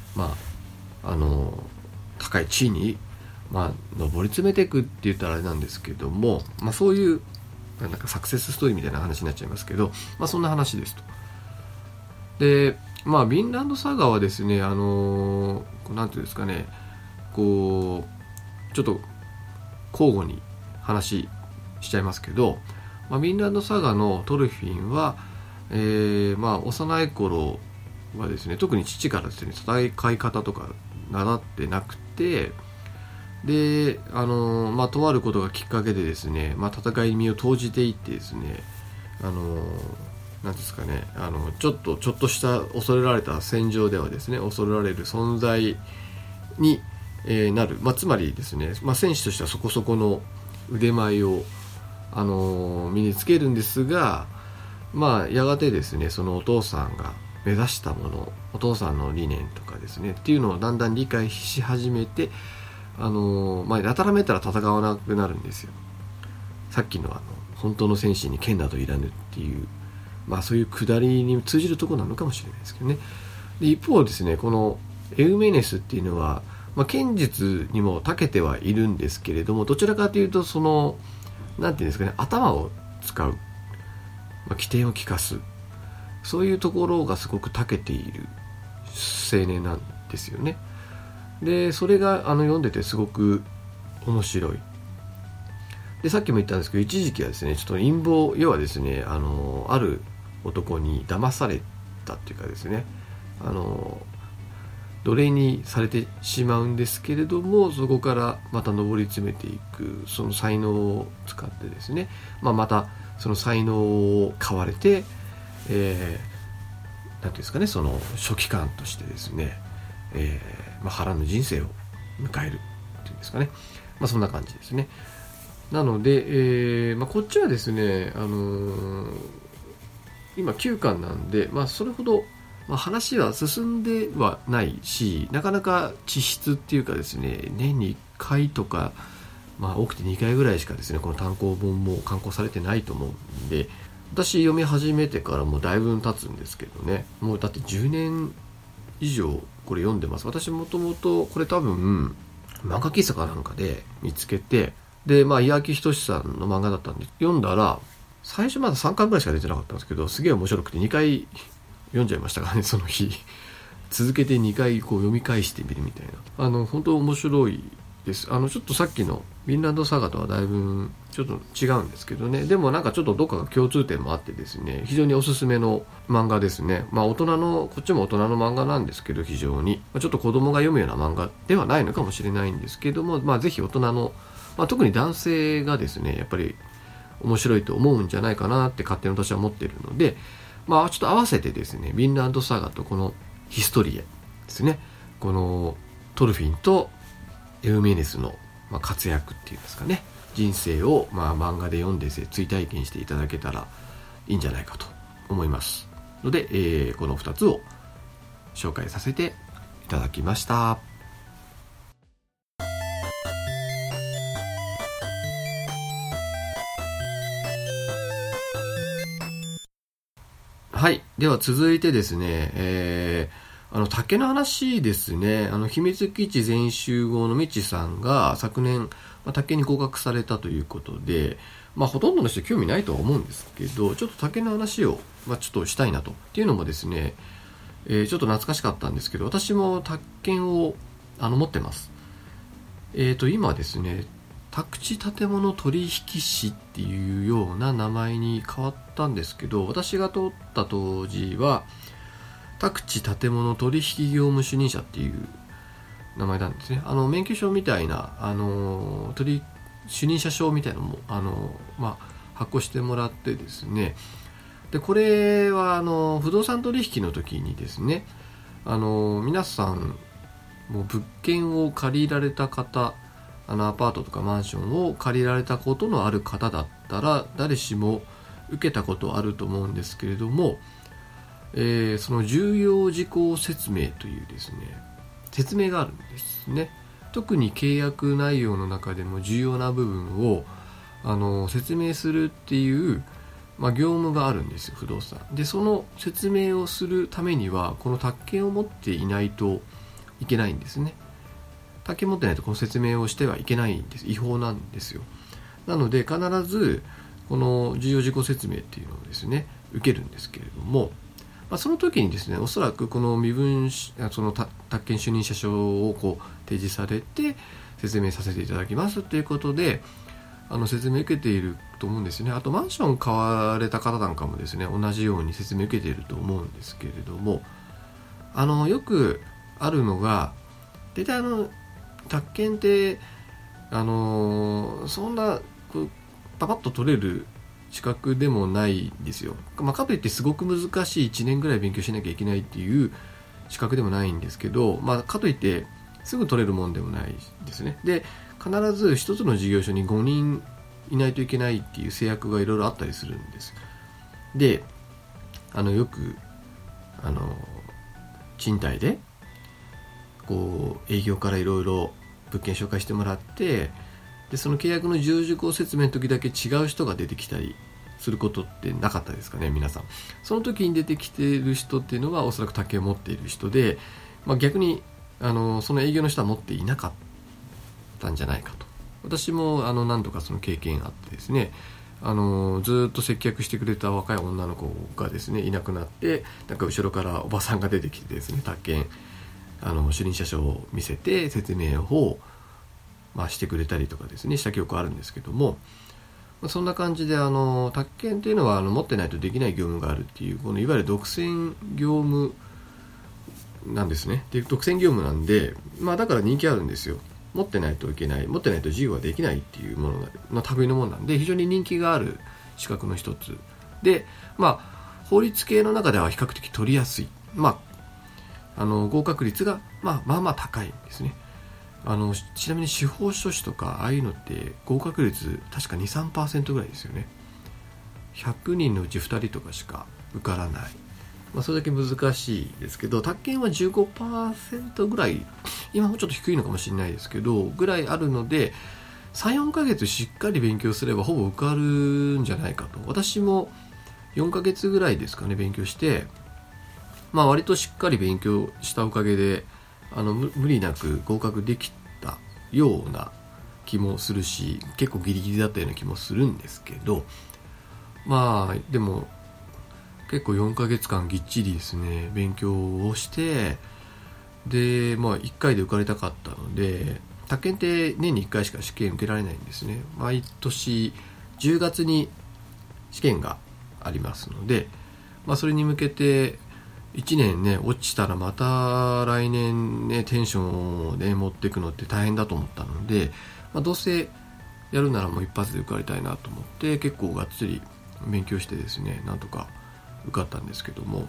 高い地位に、上り詰めていくって言ったらあれなんですけども、そういうなんかサクセスストーリーみたいな話になっちゃいますけど、そんな話ですと。で、ヴィンランドサガはですね、なんていうんですかね、こうちょっと交互に話しちゃいますけど、ヴィンランドサガのトルフィンは、幼い頃はですね、特に父からですね、戦い方とか習ってなくて、で、とあることがきっかけでですね、戦いに身を投じていってですね、なんですかね、ちょっとした恐れられた戦場ではですね、恐れられる存在に、なる、つまりですね、戦士としてはそこそこの腕前を、身につけるんですが、やがてですね、そのお父さんが目指したもの、お父さんの理念とかですねっていうのをだんだん理解し始めて、やたらめったら戦わなくなるんですよ。さっきの本当の戦士に剣などいらぬっていう、そういうくだりに通じるところなのかもしれないですけどね。で、一方ですね、このエウメネスっていうのは、剣術にも長けてはいるんですけれども、どちらかというとそのなんていうんですかね、頭を使う、起点を利かす、そういうところがすごく長けている青年なんですよね。で、それが読んでてすごく面白い。で、さっきも言ったんですけど、一時期はですね、ちょっと陰謀、要はですね、ある男に騙されたっていうかですね、奴隷にされてしまうんですけれども、そこからまた上り詰めていく、その才能を使ってですね、またその才能を買われて、なんていうんですかね、その書記官としてですね、波乱の人生を迎えるっていうんですかね、そんな感じですね。なので、こっちはですね、今9巻なんで、それほど、話は進んではないし、なかなか地質っていうかですね、年に1回とか、多くて2回ぐらいしかですね、この単行本も刊行されてないと思うんで、私読み始めてからもうだいぶ経つんですけどね、もうだって10年以上これ読んでます。私もともとこれ多分漫画喫茶かなんかで見つけて、で、伊垣仁さんの漫画だったんで読んだら、最初まだ3巻ぐらいしか出てなかったんですけど、すげえ面白くて2回読んじゃいましたからね、その日続けて2回こう読み返してみるみたいな、本当面白いです。ちょっとさっきのヴィンランドサガとはだいぶちょっと違うんですけどね、でもなんかちょっとどっかが共通点もあってですね、非常におすすめの漫画ですね。大人の、こっちも大人の漫画なんですけど、非常にちょっと子供が読むような漫画ではないのかもしれないんですけども、ぜひ大人の、特に男性がですねやっぱり面白いと思うんじゃないかなって勝手に私は思っているので、ちょっと合わせてですね、ヴィンランドサガとこのヒストリエですね、このトルフィンとエウメネスの活躍っていうんですかね、人生を漫画で読んで追体験していただけたらいいんじゃないかと思いますので、この2つを紹介させていただきました。はい。では続いてですね、竹の話ですね。秘密基地全集合のみちさんが昨年、竹に合格されたということで、ほとんどの人興味ないとは思うんですけど、ちょっと竹の話を、ちょっとしたいなと。っていうのもですね、ちょっと懐かしかったんですけど、私も宅建を持ってます。今ですね、宅地建物取引士っていうような名前に変わったんですけど、私が取った当時は宅地建物取引業務主任者っていう名前なんですね。免許証みたいな主任者証みたいなのも発行してもらってですね、でこれは不動産取引の時にですね、皆さんもう物件を借りられた方、アパートとかマンションを借りられたことのある方だったら誰しも受けたことあると思うんですけれども、その重要事項説明というですね説明があるんですね。特に契約内容の中でも重要な部分を説明するっていう、業務があるんですよ、不動産で。その説明をするためにはこの宅建を持っていないといけないんですね。宅建持ってないとこの説明をしてはいけないんです。違法なんですよ。なので必ずこの重要事項説明っていうのをですね受けるんですけれども、その時にですねおそらくこのその宅建主任者証をこう提示されて説明させていただきますということで説明を受けていると思うんですね。あとマンション買われた方なんかもですね同じように説明を受けていると思うんですけれども、よくあるのが大体宅建ってそんなパパッと取れる資格でもないんですよ。かといってすごく難しい1年ぐらい勉強しなきゃいけないっていう資格でもないんですけど、かといってすぐ取れるもんでもないですね。で必ず一つの事業所に5人いないといけないっていう制約がいろいろあったりするんです。でよく賃貸でこう営業からいろいろ物件紹介してもらって、でその契約の重要事項説明の時だけ違う人が出てきたりすることってなかったですかね、皆さん。その時に出てきている人っていうのはおそらく宅建を持っている人で、逆にその営業の人は持っていなかったんじゃないかと。私も何度かその経験あってですね、ずっと接客してくれた若い女の子がですねいなくなって、なんか後ろからおばさんが出てきてですね、宅建主任者証を見せて説明を、してくれたりとかですねした記憶あるんですけども、そんな感じで宅建っていうのは持ってないとできない業務があるっていう、このいわゆる独占業務なんですね。で独占業務なんで、だから人気あるんですよ。持ってないといけない、持ってないと事業はできないっていうものの類のものなんで、非常に人気がある資格の一つで、法律系の中では比較的取りやすい、合格率がまあ高いんですね。ちなみに司法書士とかああいうのって合格率確か 2,3% ぐらいですよね。100人のうち2人とかしか受からない、それだけ難しいですけど、宅建は 15% ぐらい、今もちょっと低いのかもしれないですけどぐらいあるので、 3,4 ヶ月しっかり勉強すればほぼ受かるんじゃないかと。私も4ヶ月ぐらいですかね勉強して、割としっかり勉強したおかげで無理なく合格できたような気もするし、結構ギリギリだったような気もするんですけど、でも結構4ヶ月間ぎっちりですね勉強をして、 で1回で受かりたかったので、宅建って年に1回しか試験受けられないんですね。毎年10月に試験がありますので、それに向けて1年ね落ちたらまた来年ねテンションをね持っていくのって大変だと思ったので、どうせやるならもう一発で受かりたいなと思って結構がっつり勉強してですね、なんとか受かったんですけども、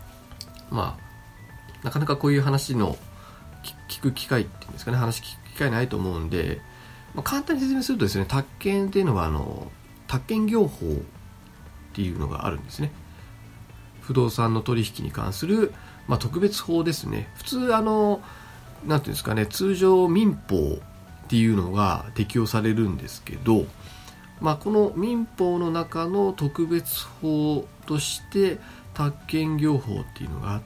なかなかこういう話の聞く機会っていうんですかね、話聞く機会ないと思うんで、簡単に説明するとですね、宅建っていうのは宅建業法っていうのがあるんですね。不動産の取引に関する、特別法ですね。普通なんていうんですかね、通常民法っていうのが適用されるんですけど、この民法の中の特別法として宅建業法っていうのがあって、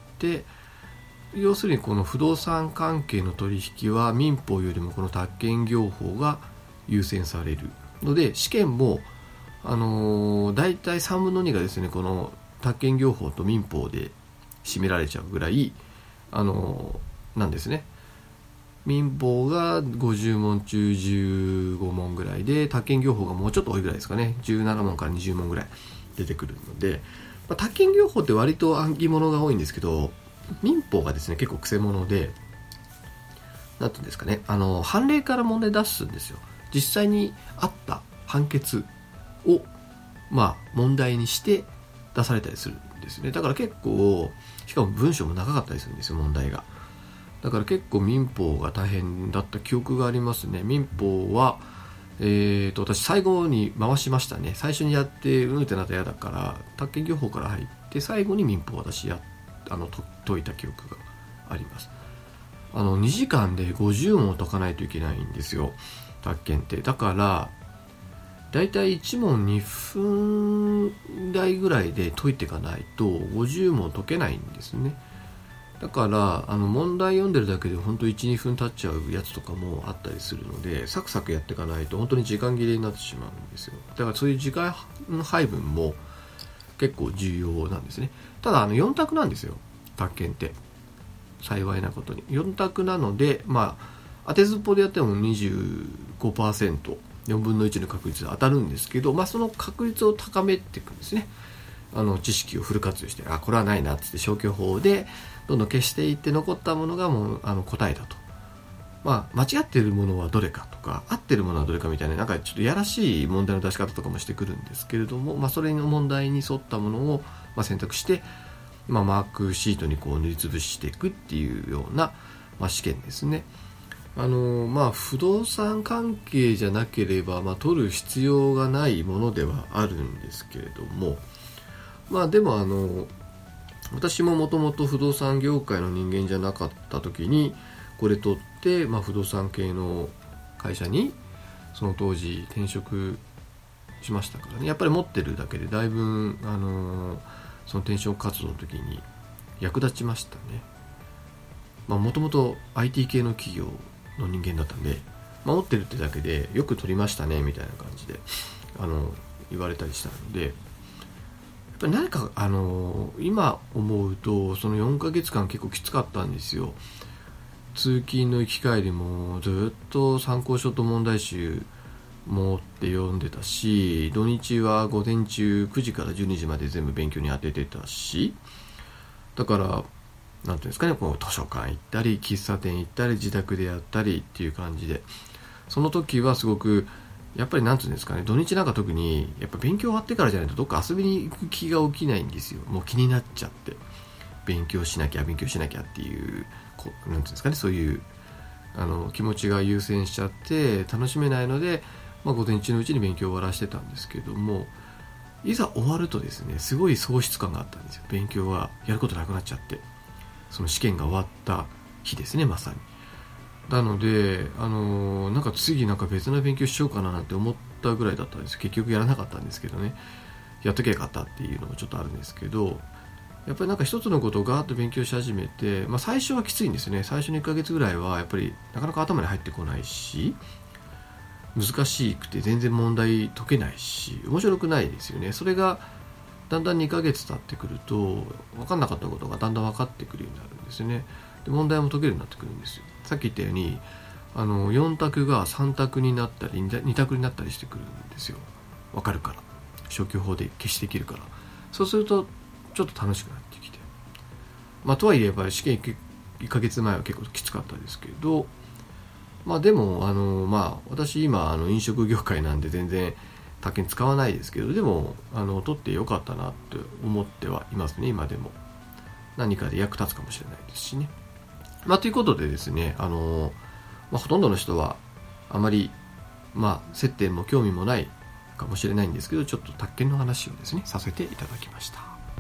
要するにこの不動産関係の取引は民法よりもこの宅建業法が優先されるので、試験もだいたい3分の2がですね、この宅建業法と民法で占められちゃうぐらいなんですね。民法が50問中15問ぐらいで、宅建業法がもうちょっと多いぐらいですかね、17問から20問ぐらい出てくるので、宅建業法って割と暗記物が多いんですけど、民法がですね結構くせ者で、なんていうんですかね、判例から問題出すんですよ。実際にあった判決を問題にして出されたりするんですね。だから結構、しかも文章も長かったりするんですよ、問題が。だから結構民法が大変だった記憶がありますね。民法は私最後に回しましたね。最初にやってってなったら嫌だから、宅建業法から入って最後に民法を私解いた記憶があります。2時間で50問解かないといけないんですよ、宅建って。だからだいたい1問2分台ぐらいで解いていかないと50問解けないんですね。だから問題読んでるだけで本当 1,2 分経っちゃうやつとかもあったりするので、サクサクやっていかないと本当に時間切れになってしまうんですよ。だからそういう時間配分も結構重要なんですね。ただ4択なんですよ、宅建って。幸いなことに4択なので、当てずっぽでやっても 25%、4分の1の確率で当たるんですけど、その確率を高めていくんですね。知識をフル活用して、これはないなっつって消去法でどんどん消していって、残ったものがもう答えだと。間違っているものはどれかとか、合ってるものはどれかみたいな、ちょっとやらしい問題の出し方とかもしてくるんですけれども、それの問題に沿ったものを選択して、マークシートにこう塗りつぶしていくっていうような、試験ですね。不動産関係じゃなければ、取る必要がないものではあるんですけれども、でも私ももともと不動産業界の人間じゃなかった時にこれ取って、不動産系の会社にその当時転職しましたからね。やっぱり持ってるだけでだいぶその転職活動の時に役立ちましたね。もともと IT 系の企業の人間だったんで、持ってるってだけでよく取りましたねみたいな感じで言われたりしたので、やっぱり何か今思うとその4ヶ月間結構きつかったんですよ。通勤の行き帰りもずっと参考書と問題集持って読んでたし、土日は午前中9時から12時まで全部勉強に当ててたし、だからなんていうんですかね、こう図書館行ったり喫茶店行ったり自宅でやったりっていう感じで、その時はすごくやっぱりなんていうんですかね、土日なんか特にやっぱ勉強終わってからじゃないとどっか遊びに行く気が起きないんですよ。もう気になっちゃって、勉強しなきゃっていうなんていうんですかね、そういう気持ちが優先しちゃって楽しめないので、午前中のうちに勉強を終わらしてたんですけども、いざ終わるとですね、すごい喪失感があったんですよ。勉強がやることなくなっちゃって、その試験が終わった日ですね、まさに。なのでなんか次別な勉強しようかななんて思ったぐらいだったんです。結局やらなかったんですけどね、やっときゃよかったっていうのもちょっとあるんですけど、やっぱり一つのことをガーッと勉強し始めて、最初はきついんですね。最初の1ヶ月ぐらいはやっぱりなかなか頭に入ってこないし、難しくて全然問題解けないし面白くないですよね。それがだんだん2ヶ月経ってくると分かんなかったことがだんだん分かってくるようになるんですよね。 で問題も解けるようになってくるんですよ。さっき言ったように4択が3択になったり2択になったりしてくるんですよ。わかるから、消去法で消しできるから。そうするとちょっと楽しくなってきて、とはいえやっぱり試験1ヶ月前は結構きつかったですけど、でも私今飲食業界なんで全然宅建使わないですけど、でも取ってよかったなって思ってはいますね。今でも何かで役立つかもしれないですしね。ということでですね、ほとんどの人はあまり接点も興味もないかもしれないんですけど、ちょっと宅建の話をですねさせていただきました。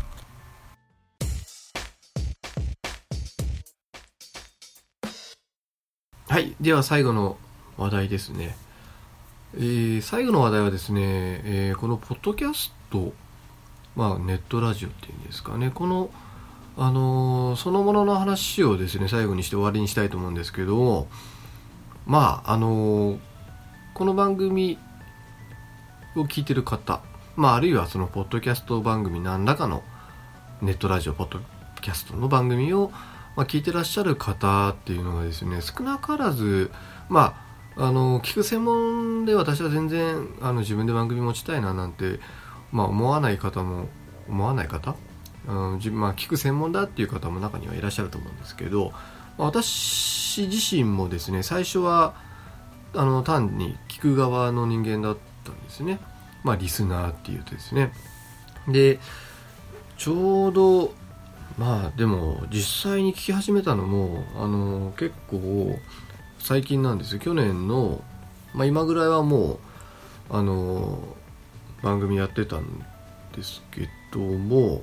はい、では最後の話題ですね。最後の話題はですね、このポッドキャスト、ネットラジオっていうんですかね、このそのものの話をですね最後にして終わりにしたいと思うんですけど、この番組を聞いてる方、あるいはそのポッドキャスト番組、何らかのネットラジオポッドキャストの番組を聞いてらっしゃる方っていうのがですね、少なからず聞く専門で私は全然自分で番組持ちたいななんて、思わない方、聞く専門だっていう方も中にはいらっしゃると思うんですけど、私自身もですね最初は単に聞く側の人間だったんですね。リスナーっていうとですね。でちょうどでも実際に聞き始めたのも結構最近なんですよ。去年の今ぐらいはもう番組やってたんですけども、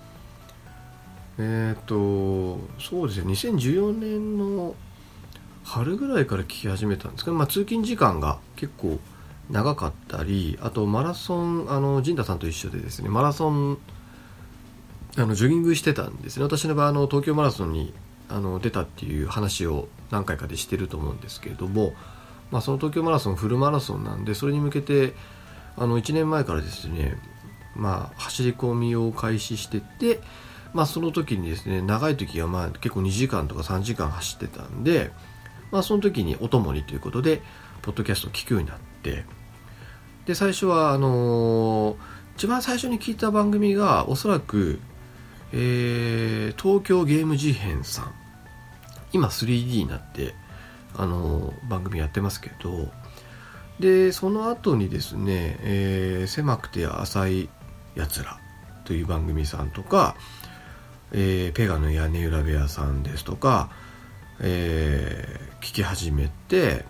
そうですね、2014年の春ぐらいから聞き始めたんですけど、通勤時間が結構長かったり、あとマラソン陣太さんと一緒でですねマラソンジョギングしてたんですね。私の場合東京マラソンに出たっていう話を何回かでしてると思うんですけれども、その東京マラソンフルマラソンなんで、それに向けて1年前からですね走り込みを開始してて、その時にですね長い時は結構2時間とか3時間走ってたんで、その時にお供にということでポッドキャストを聞くようになって、で最初は一番最初に聞いた番組がおそらく東京ゲーム事変さん、今 3D になって番組やってますけど、でその後にですね、狭くて浅いやつらという番組さんとか、ペガの屋根裏部屋さんですとか、聞き始めて、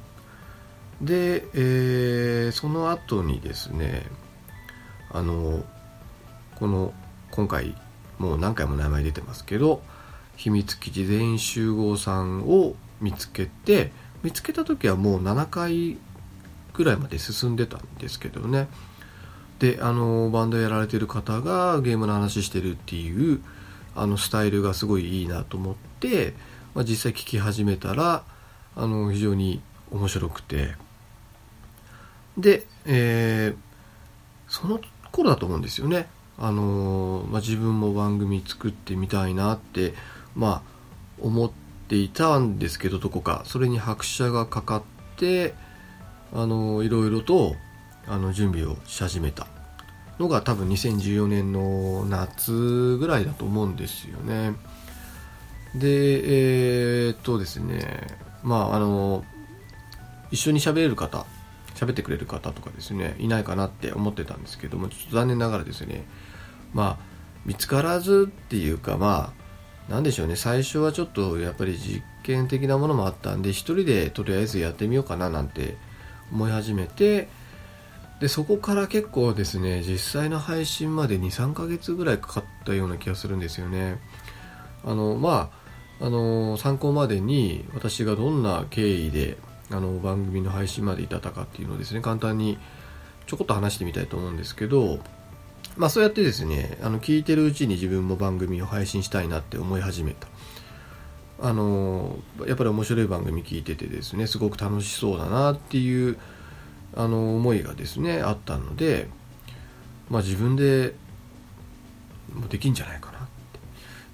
で、その後にですね今回もう何回も名前出てますけど秘密基地全員集合さんを見つけた時はもう7回ぐらいまで進んでたんですけどね。でバンドやられてる方がゲームの話してるっていうスタイルがすごいいいなと思って、実際聞き始めたら非常に面白くて、で、その頃だと思うんですよね。自分も番組作ってみたいなって思っていたんですけど、どこかそれに拍車がかかっていろいろと準備をし始めたのが多分2014年の夏ぐらいだと思うんですよね。でですね一緒に喋ってくれる方とかですねいないかなって思ってたんですけども、ちょっと残念ながらですね見つからずっていうかなんでしょうね、最初はちょっとやっぱり実験的なものもあったんで一人でとりあえずやってみようかななんて思い始めて、でそこから結構ですね実際の配信まで 2,3 ヶ月ぐらいかかったような気がするんですよね。参考までに私がどんな経緯で番組の配信まで至ったかっていうのをですね簡単にちょこっと話してみたいと思うんですけど、そうやってですね聞いてるうちに自分も番組を配信したいなって思い始めた。やっぱり面白い番組聞いててですねすごく楽しそうだなっていう思いがですねあったので、自分でもできんじゃないかなって。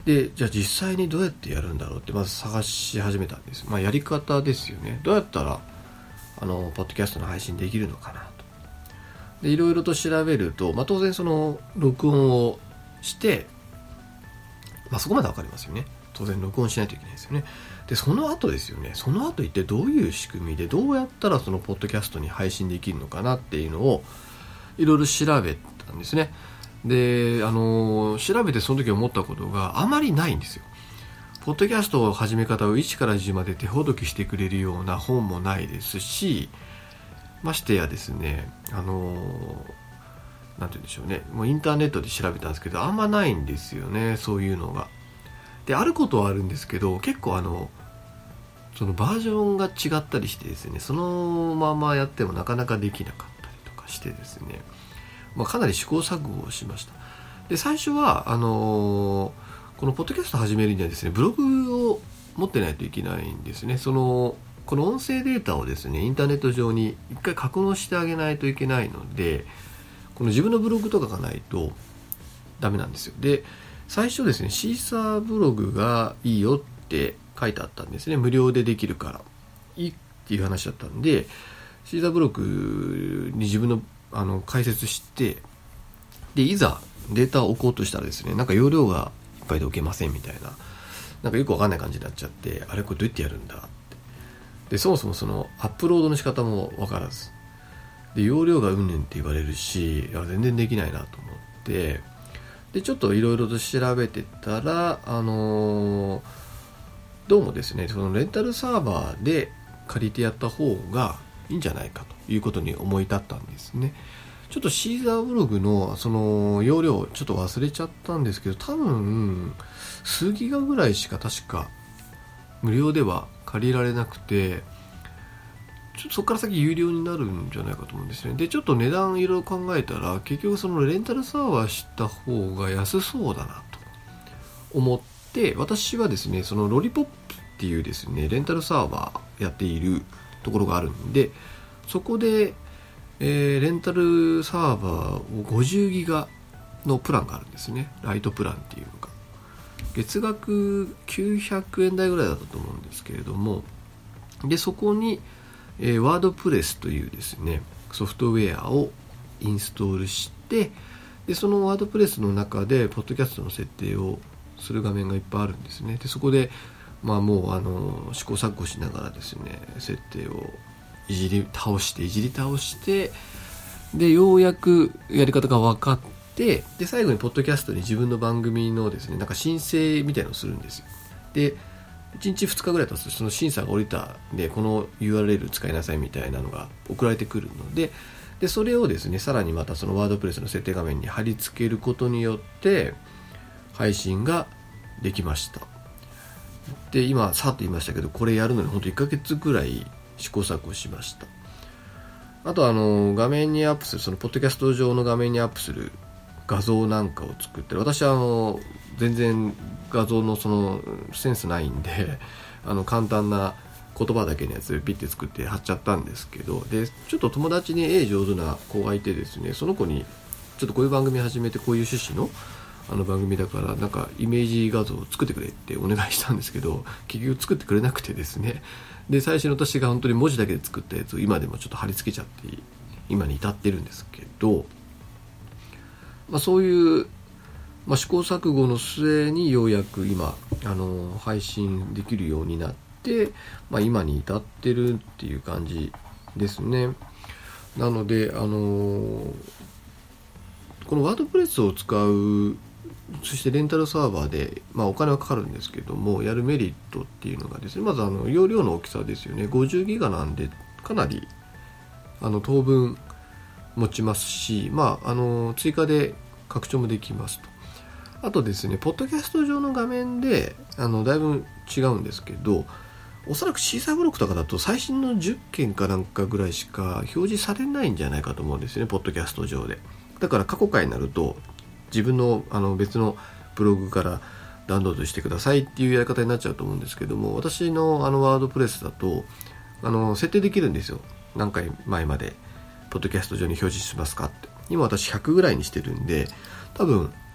で、じゃあ実際にどうやってやるんだろうってまず探し始めたんです。やり方ですよね。どうやったらポッドキャストの配信できるのかなと。で、いろいろと調べると、当然その録音をして、そこまでわかりますよね。当然録音しないといけないですよね。で、その後ですよね。その後一体どういう仕組みで、どうやったらそのポッドキャストに配信できるのかなっていうのをいろいろ調べたんですね。で、調べてその時思ったことがあまりないんですよ。ポッドキャストの始め方を1から10まで手ほどきしてくれるような本もないですし、ましてやですね、なんて言うんでしょうね、もうインターネットで調べたんですけど、あんまないんですよね、そういうのが。で、あることはあるんですけど、結構そのバージョンが違ったりしてですね、そのままやってもなかなかできなかったりとかしてですね、かなり試行錯誤をしました。で、最初はこのポッドキャスト始めるにはですね、ブログを持ってないといけないんですね。この音声データをですね、インターネット上に一回格納してあげないといけないので、この自分のブログとかがないとダメなんですよ。で、最初ですね、シーサーブログがいいよって書いてあったんですね。無料でできるからいいっていう話だったんで、シーサーブログに自分の解説して、で、いざデータを置こうとしたらですね、なんか容量がいっぱいで置けませんみたいな、なんかよくわかんない感じになっちゃって、あれこれどうやってやるんだって。で、そもそもそのアップロードの仕方もわからず、で、容量がうんぬんって言われるし、全然できないなと思って、で、ちょっといろいろと調べてたら、どうもですね、そのレンタルサーバーで借りてやった方がいいんじゃないかということに思い立ったんですね。ちょっとシーザーブログのその容量ちょっと忘れちゃったんですけど、多分数ギガぐらいしか確か無料では借りられなくて、そこから先有料になるんじゃないかと思うんですね。で、ちょっと値段いろいろ考えたら、結局そのレンタルサーバーした方が安そうだなと思って、私はですね、そのロリポップっていうですね、レンタルサーバーやっているところがあるんで、そこで、レンタルサーバーを50ギガのプランがあるんですね。ライトプランっていうのが。月額900円台ぐらいだったと思うんですけれども、で、そこに、ワードプレスというですね、ソフトウェアをインストールして、で、そのワードプレスの中で、ポッドキャストの設定をする画面がいっぱいあるんですね。で、そこで、もう、試行錯誤しながらですね、設定をいじり倒して、で、ようやくやり方が分かって、で、最後にポッドキャストに自分の番組のですね、なんか申請みたいなのをするんですよ。で、1日2日ぐらい経つとその審査が降りたんで、この URL 使いなさいみたいなのが送られてくるので、それをですね、さらにまたそのワードプレスの設定画面に貼り付けることによって配信ができました。で、今さっと言いましたけど、これやるのに本当1ヶ月ぐらい試行錯誤しました。あと画面にアップする、そのポッドキャスト上の画面にアップする画像なんかを作って、私は全然画像のそのセンスないんで、簡単な言葉だけのやつピッて作って貼っちゃったんですけど、で、ちょっと友達に絵上手な子がいてですね、その子にちょっとこういう番組始めて、こういう趣旨の番組だから、なんかイメージ画像を作ってくれってお願いしたんですけど、結局作ってくれなくてですね、で、最初の私が本当に文字だけで作ったやつを今でもちょっと貼り付けちゃって今に至ってるんですけど、そういう、試行錯誤の末にようやく今配信できるようになって、今に至ってるっていう感じですね。なのでこのワードプレスを使う、そしてレンタルサーバーで、お金はかかるんですけども、やるメリットっていうのがですね、まず容量の大きさですよね。50ギガなんでかなり当分持ちますし、追加で拡張もできますと。あとですね、ポッドキャスト上の画面でだいぶ違うんですけど、おそらくシーサーブロックとかだと最新の10件かなんかぐらいしか表示されないんじゃないかと思うんですよね、ポッドキャスト上で。だから過去回になると自分の別のブログからダウンロードしてくださいっていうやり方になっちゃうと思うんですけども、私のワードプレスだと設定できるんですよ。何回前までポッドキャスト上に表示しますかって。今私100ぐらいにしてるんで、多分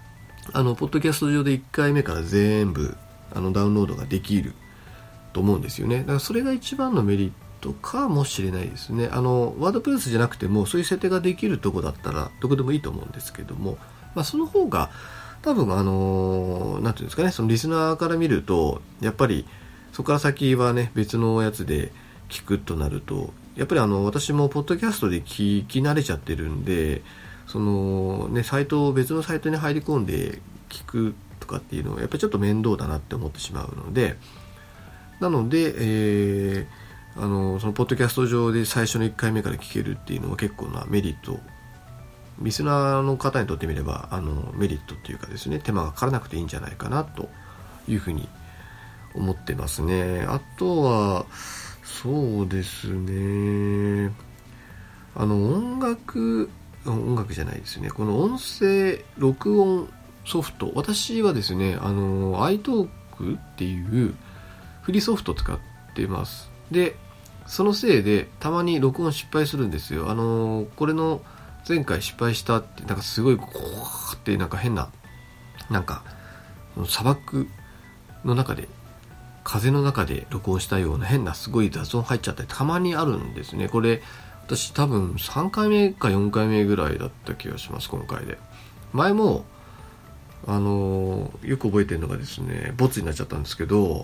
ポッドキャスト上で1回目から全部ダウンロードができると思うんですよね。だからそれが一番のメリットかもしれないですね。ワードプレスじゃなくてもそういう設定ができるとこだったらどこでもいいと思うんですけども、その方が多分なんていうんですかね、そのリスナーから見るとやっぱりそこから先はね別のやつで聞くとなると、やっぱり私もポッドキャストで聞き慣れちゃってるんで、そのね別のサイトに入り込んで聞くとかっていうのはやっぱりちょっと面倒だなって思ってしまうので、なので、そのポッドキャスト上で最初の1回目から聞けるっていうのは結構なメリット、リスナーの方にとってみればメリットっていうかですね、手間がかからなくていいんじゃないかなというふうに思ってますね。あとはそうですね、音楽じゃないですね、この音声録音ソフト、私はですねiTalk っていうフリーソフトを使ってます。でそのせいでたまに録音失敗するんですよ。これの前回失敗したってなんかすごいこうってなんか変ななんか砂漠の中で風の中で録音したような変なすごい雑音入っちゃったりたまにあるんですね。これ私多分3回目か4回目ぐらいだった気がします。今回で前もよく覚えてるのがですね、ボツになっちゃったんですけど、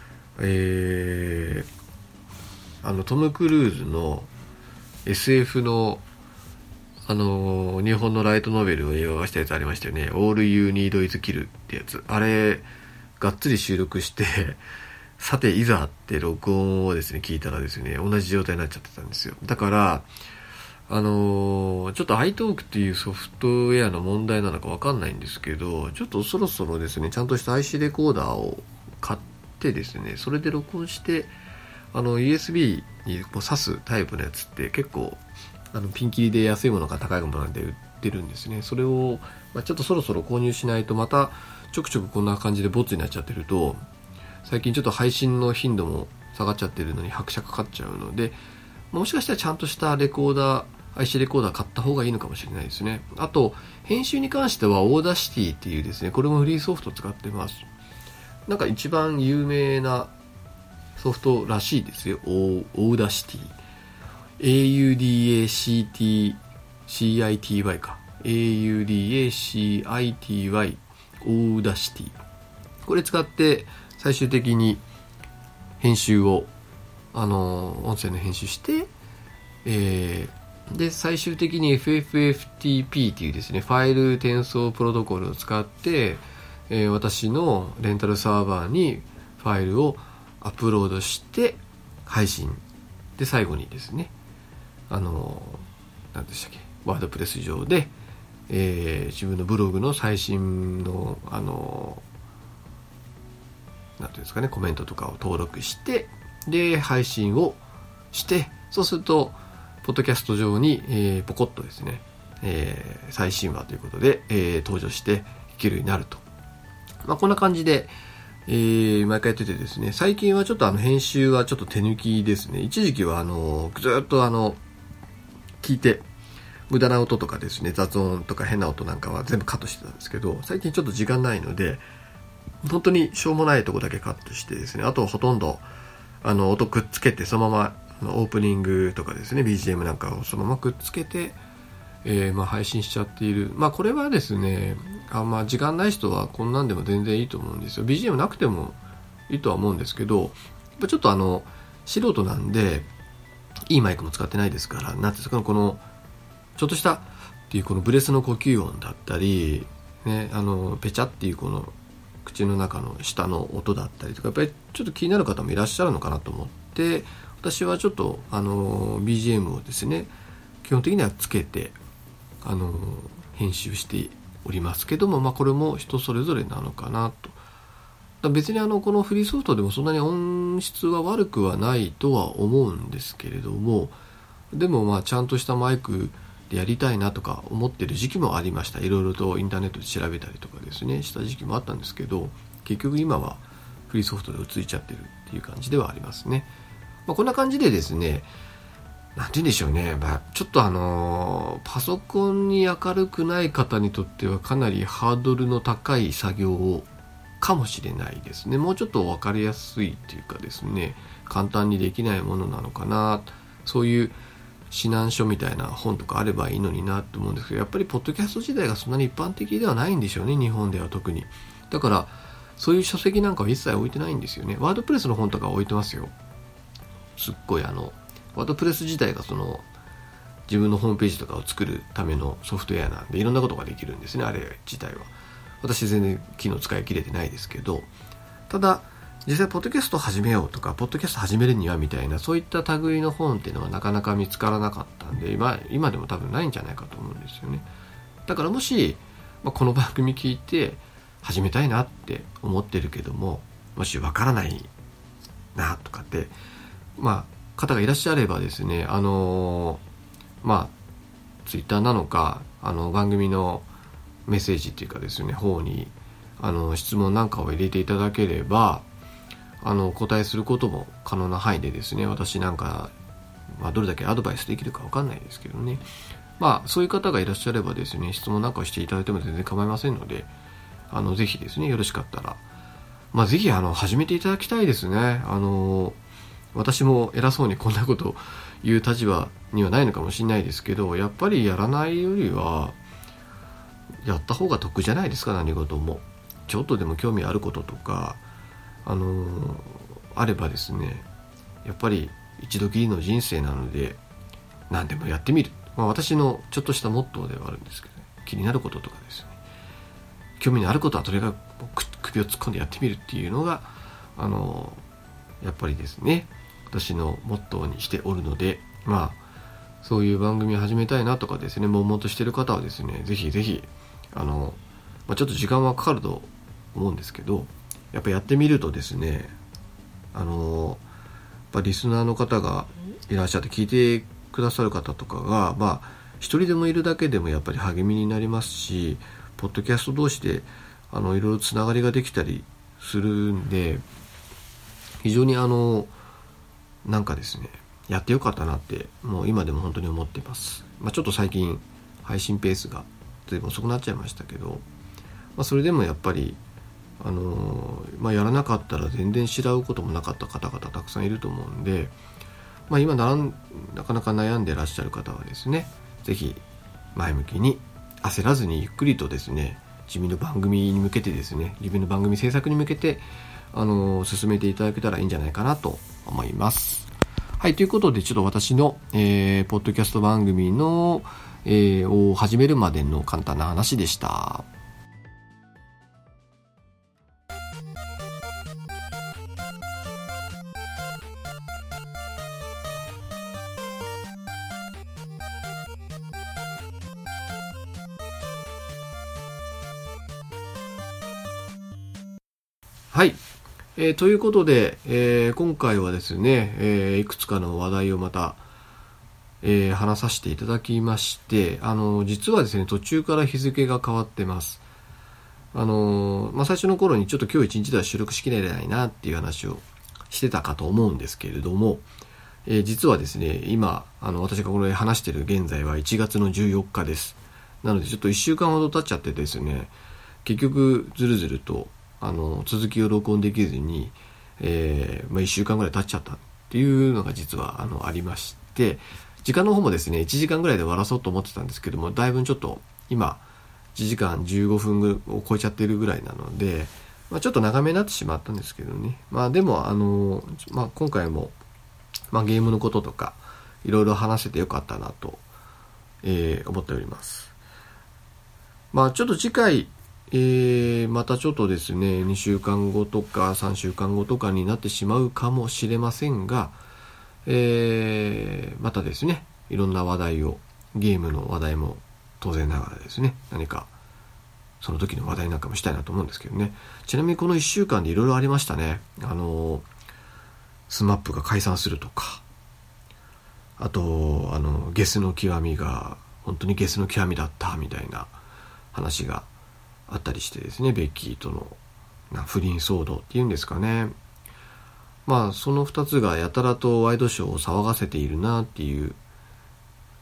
トム・クルーズの SF の日本のライトノベルを映画化したやつありましたよね。 All You Need Is Kill ってやつ、あれがっつり収録してさていざって録音をですね聞いたらですね同じ状態になっちゃってたんですよ。だからちょっと iTalk っていうソフトウェアの問題なのかわかんないんですけど、ちょっとそろそろですねちゃんとした IC レコーダーを買ってですね、それで録音してUSB にこう挿すタイプのやつって結構ピンキリで安いものか高いもので売ってるんですね。それを、ちょっとそろそろ購入しないと、またちょくちょくこんな感じでボツになっちゃってると、最近ちょっと配信の頻度も下がっちゃってるのに拍車かかっちゃうので、もしかしたらちゃんとしたレコーダー IC レコーダー買った方がいいのかもしれないですね。あと編集に関してはオーダーシティっていうですね、これもフリーソフト使ってます。なんか一番有名なソフトらしいですよ。オーダーシティ AUDACTY か AUDACITY オーダーシティ、これ使って最終的に編集を音声の編集して、で最終的に FFFTP っていうですねファイル転送プロトコルを使って、私のレンタルサーバーにファイルをアップロードして配信で、最後にですね何でしたっけ、ワードプレス上で、自分のブログの最新のなんていうんですかね、コメントとかを登録して、で配信をして、そうするとポッドキャスト上に、ポコッとですね、最新話ということで、登場していけるようになると、こんな感じで、毎回やっててですね、最近はちょっと編集はちょっと手抜きですね。一時期はずっと聞いて無駄な音とかですね、雑音とか変な音なんかは全部カットしてたんですけど、最近ちょっと時間ないので本当にしょうもないとこだけカットしてですね、あとほとんど音くっつけてそのままオープニングとかですね BGM なんかをそのままくっつけて、配信しちゃっている。これはですね時間ない人はこんなんでも全然いいと思うんですよ。 BGM なくてもいいとは思うんですけど、ちょっと素人なんでいいマイクも使ってないですから、なんていうんですか、このちょっとしたっていうこのブレスの呼吸音だったり、ね、ペチャっていうこの口の中の下の音だったりとか、やっぱりちょっと気になる方もいらっしゃるのかなと思って、私はちょっとBGM をですね基本的にはつけて編集しておりますけども、これも人それぞれなのかなと。別にこのフリーソフトでもそんなに音質は悪くはないとは思うんですけれども、でもちゃんとしたマイクでやりたいなとか思ってる時期もありました。いろいろとインターネットで調べたりとかですねした時期もあったんですけど、結局今はフリーソフトで落ち着いちゃってるっていう感じではありますね。こんな感じでですね、 なんて言うんでしょうね、ちょっとパソコンに明るくない方にとってはかなりハードルの高い作業かもしれないですね。もうちょっと分かりやすいっていうかですね、簡単にできないものなのかな、そういう指南書みたいな本とかあればいいのになと思うんですけど、やっぱりポッドキャスト自体がそんなに一般的ではないんでしょうね、日本では特に。だからそういう書籍なんかは一切置いてないんですよね。ワードプレスの本とかは置いてますよ。すっごいワードプレス自体が自分のホームページとかを作るためのソフトウェアなんで、いろんなことができるんですね、あれ自体は。私全然機能使い切れてないですけど、ただ実際ポッドキャストを始めようとか、ポッドキャスト始めるにはみたいな、そういった類の本っていうのはなかなか見つからなかったんで、今でも多分ないんじゃないかと思うんですよね。だからもし、この番組聞いて始めたいなって思ってるけども、もしわからないなとかって方がいらっしゃればですね、ツイッターなのか番組のメッセージっていうかですね、方に質問なんかを入れていただければお答えすることも可能な範囲でですね、私なんか、どれだけアドバイスできるか分かんないですけどね、そういう方がいらっしゃればですね、質問なんかをしていただいても全然構いませんので、ぜひですね、よろしかったら、ぜひ始めていただきたいですね。私も偉そうにこんなことを言う立場にはないのかもしれないですけど、やっぱりやらないよりはやった方が得じゃないですか。何事もちょっとでも興味あることとかあればですね、やっぱり一度きりの人生なので何でもやってみる、私のちょっとしたモットーではあるんですけど、気になることとかですね、興味のあることはとにかく首を突っ込んでやってみるっていうのがやっぱりですね、私のモットーにしておるので、そういう番組を始めたいなとかですね、悶々としている方はですね、ぜひぜひちょっと時間はかかると思うんですけど、やっぱやってみるとですね、やっぱリスナーの方がいらっしゃって聞いてくださる方とかが一人でもいるだけでもやっぱり励みになりますし、ポッドキャスト同士でいろいろつながりができたりするんで、非常になんかですね、やってよかったなってもう今でも本当に思っています。ちょっと最近配信ペースが随分遅くなっちゃいましたけど、それでもやっぱりやらなかったら全然知らうこともなかった方々たくさんいると思うんで、今なかなか悩んでらっしゃる方はですね、ぜひ前向きに焦らずにゆっくりとですね、自分の番組に向けてですね、自分の番組制作に向けて進めていただけたらいいんじゃないかなと思います。はい、ということでちょっと私の、ポッドキャスト番組の、を始めるまでの簡単な話でした。はい、ということで、今回はですね、いくつかの話題をまた、話させていただきまして、実はですね、途中から日付が変わってます。最初の頃にちょっと今日一日では収録しきれないなっていう話をしてたかと思うんですけれども、実はですね、今私がこれ話している現在は1月の14日です。なのでちょっと1週間ほど経っちゃってですね、結局ずるずると続きを録音できずに、1週間ぐらい経っちゃったっていうのが実はありまして、時間の方もですね1時間ぐらいで終わらそうと思ってたんですけども、だいぶちょっと今1時間15分を超えちゃってるぐらいなので、ちょっと長めになってしまったんですけどね、でも今回も、ゲームのこととかいろいろ話せてよかったなと、思っております。ちょっと次回またちょっとですね、2週間後とか3週間後とかになってしまうかもしれませんが、またですね、いろんな話題を、ゲームの話題も当然ながらですね、何かその時の話題なんかもしたいなと思うんですけどね。ちなみにこの1週間でいろいろありましたね。スマップが解散するとか、あとゲスの極みが本当にゲスの極みだったみたいな話があったりしてですね、ベッキーとの不倫騒動っていうんですかね。その2つがやたらとワイドショーを騒がせているなっていう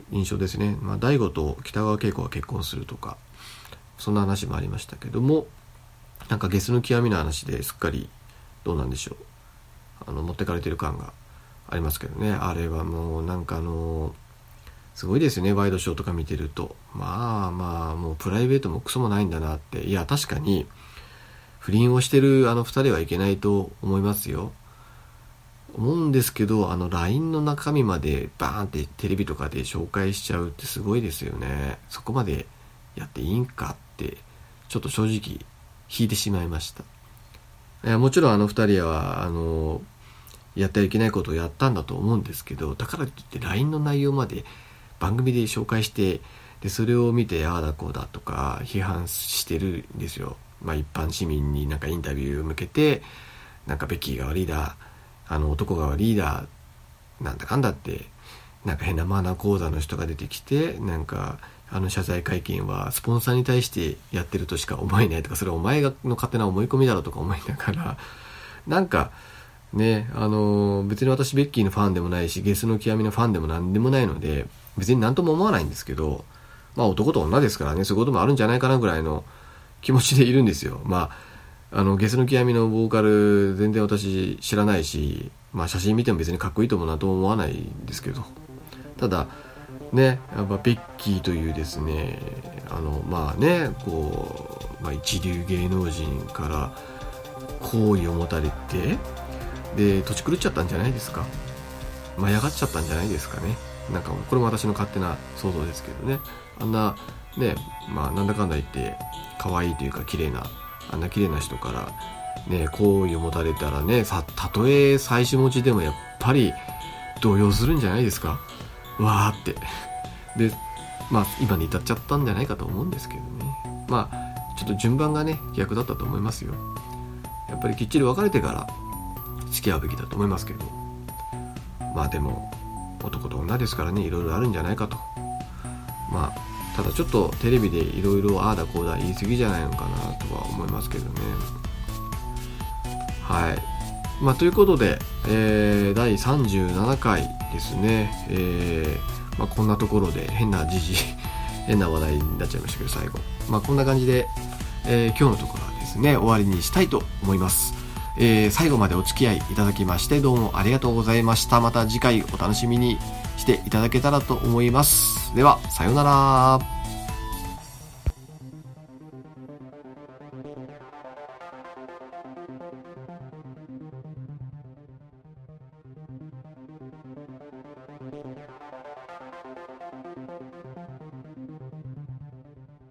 印象ですね。大悟と北川景子が結婚するとか、そんな話もありましたけども、なんかゲスの極みの話ですっかりどうなんでしょう、持ってかれてる感がありますけどね。あれはもうなんかすごいですよね。ワイドショーとか見てると、もうプライベートもクソもないんだなって。いや確かに不倫をしてる2人はいけないと思いますよ。思うんですけど、LINE の中身までバーンってテレビとかで紹介しちゃうってすごいですよね。そこまでやっていいんかってちょっと正直引いてしまいました。いやもちろん2人はやってはいけないことをやったんだと思うんですけど、だからといって LINE の内容まで番組で紹介して、でそれを見てああだこうだとか批判してるんですよ。一般市民になんかインタビューを向けて、なんかベッキーが悪いだ、男が悪いだ、なんだかんだって、なんか変なマナー講座の人が出てきて、なんか謝罪会見はスポンサーに対してやってるとしか思えないとか、それはお前の勝手な思い込みだろうとか思いながら、なんかね、別に私ベッキーのファンでもないし、ゲスの極みのファンでもなんでもないので、別になんとも思わないんですけど、男と女ですからね、そういうこともあるんじゃないかなぐらいの気持ちでいるんですよ。ゲスの極みのボーカル全然私知らないし、写真見ても別にかっこいいともなんとも思わないんですけど、ただね、やっぱベッキーというですね、一流芸能人から好意を持たれて、で土地狂っちゃったんじゃないですか。舞い上がっちゃったんじゃないですかね。なんかこれも私の勝手な想像ですけどね。あんなね、なんだかんだ言って可愛いというか綺麗な、あんな綺麗な人からね好意を持たれたらね、たとえ妻子持ちでもやっぱり動揺するんじゃないですか。わーってで今に至っちゃったんじゃないかと思うんですけどね。ちょっと順番がね逆だったと思いますよ。やっぱりきっちり別れてから付き合うべきだと思いますけど、でも男と女ですからね、いろいろあるんじゃないかと。ただちょっとテレビでいろいろああだこうだ言い過ぎじゃないのかなとは思いますけどね。はい。ということで、第37回ですね。こんなところで変な話題になっちゃいましたけど、最後。こんな感じで、今日のところはですね、終わりにしたいと思います。最後までお付き合いいただきましてどうもありがとうございました。また次回お楽しみにしていただけたらと思います。ではさようなら。